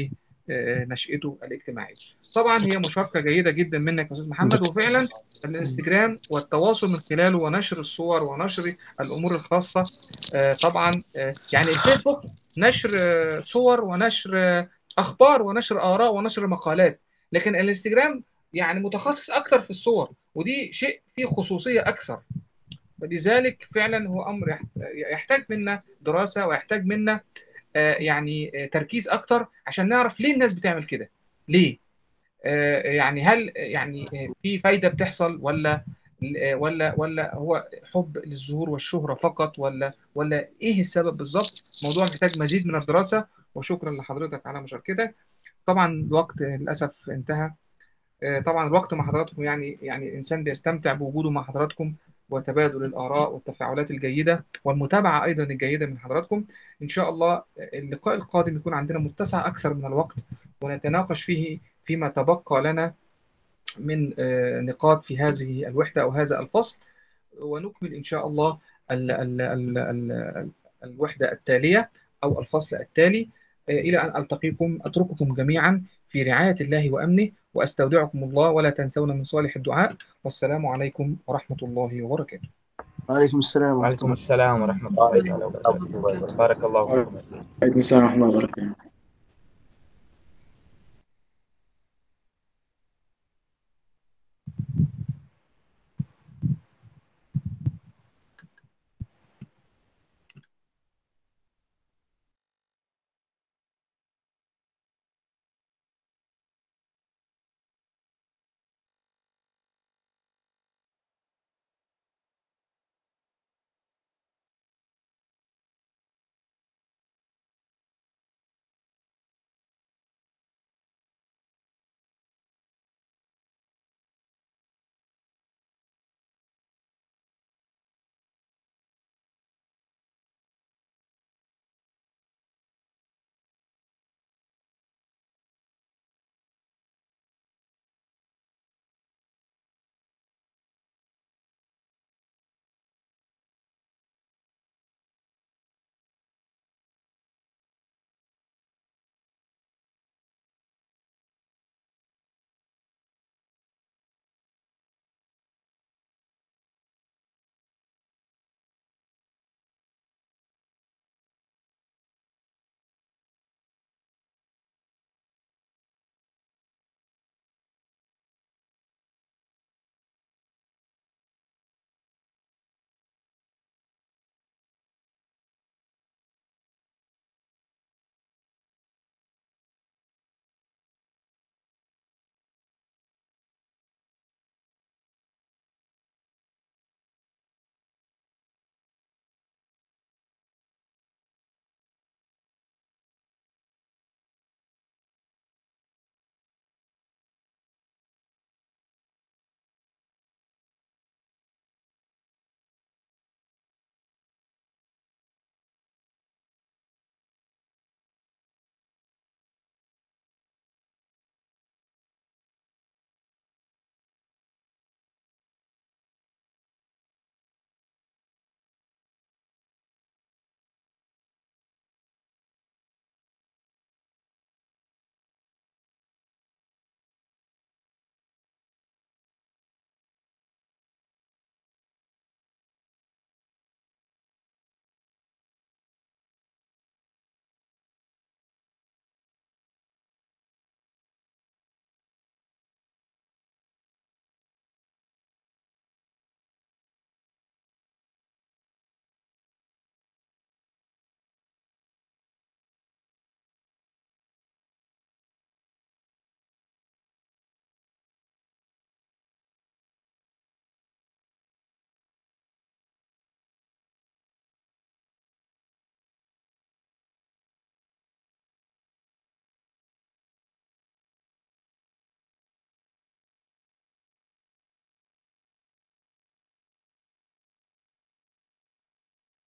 نشأته الاجتماعية. طبعا هي مشاركة جيدة جدا منك يا أستاذ محمد، وفعلا الانستجرام والتواصل من خلاله ونشر الصور ونشر الأمور الخاصة طبعا، يعني الفيسبوك نشر صور ونشر أخبار ونشر آراء ونشر مقالات، لكن الانستجرام يعني متخصص أكثر في الصور، ودي شيء فيه خصوصية أكثر. فلذلك فعلا هو أمر يحتاج منا دراسة ويحتاج منا يعني تركيز أكتر عشان نعرف ليه الناس بتعمل كده، ليه يعني هل يعني في فايدة بتحصل ولا ولا ولا هو حب للظهور والشهرة فقط، ولا ولا إيه السبب بالظبط؟ موضوع محتاج مزيد من الدراسة. وشكرا لحضرتك على مشاركتك. طبعا الوقت للأسف انتهى. طبعا الوقت مع حضراتكم يعني يعني الإنسان بيستمتع بوجوده مع حضراتكم وتبادل الآراء والتفاعلات الجيدة والمتابعة أيضا الجيدة من حضراتكم. إن شاء الله اللقاء القادم يكون عندنا متسع أكثر من الوقت، ونتناقش فيه فيما تبقى لنا من نقاط في هذه الوحدة أو هذا الفصل، ونكمل إن شاء الله ال ال ال ال الوحدة التالية أو الفصل التالي. إلى أن ألتقيكم أترككم جميعا في رعاية الله وأمنه، وأستودعكم الله، ولا تنسون من صالح الدعاء. والسلام عليكم ورحمة الله وبركاته. وعليكم السلام ورحمة وعليكم الله. السلام ورحمة الله وبركاته. بارك الله فيكم. وعليكم السلام ورحمة الله وبركاته.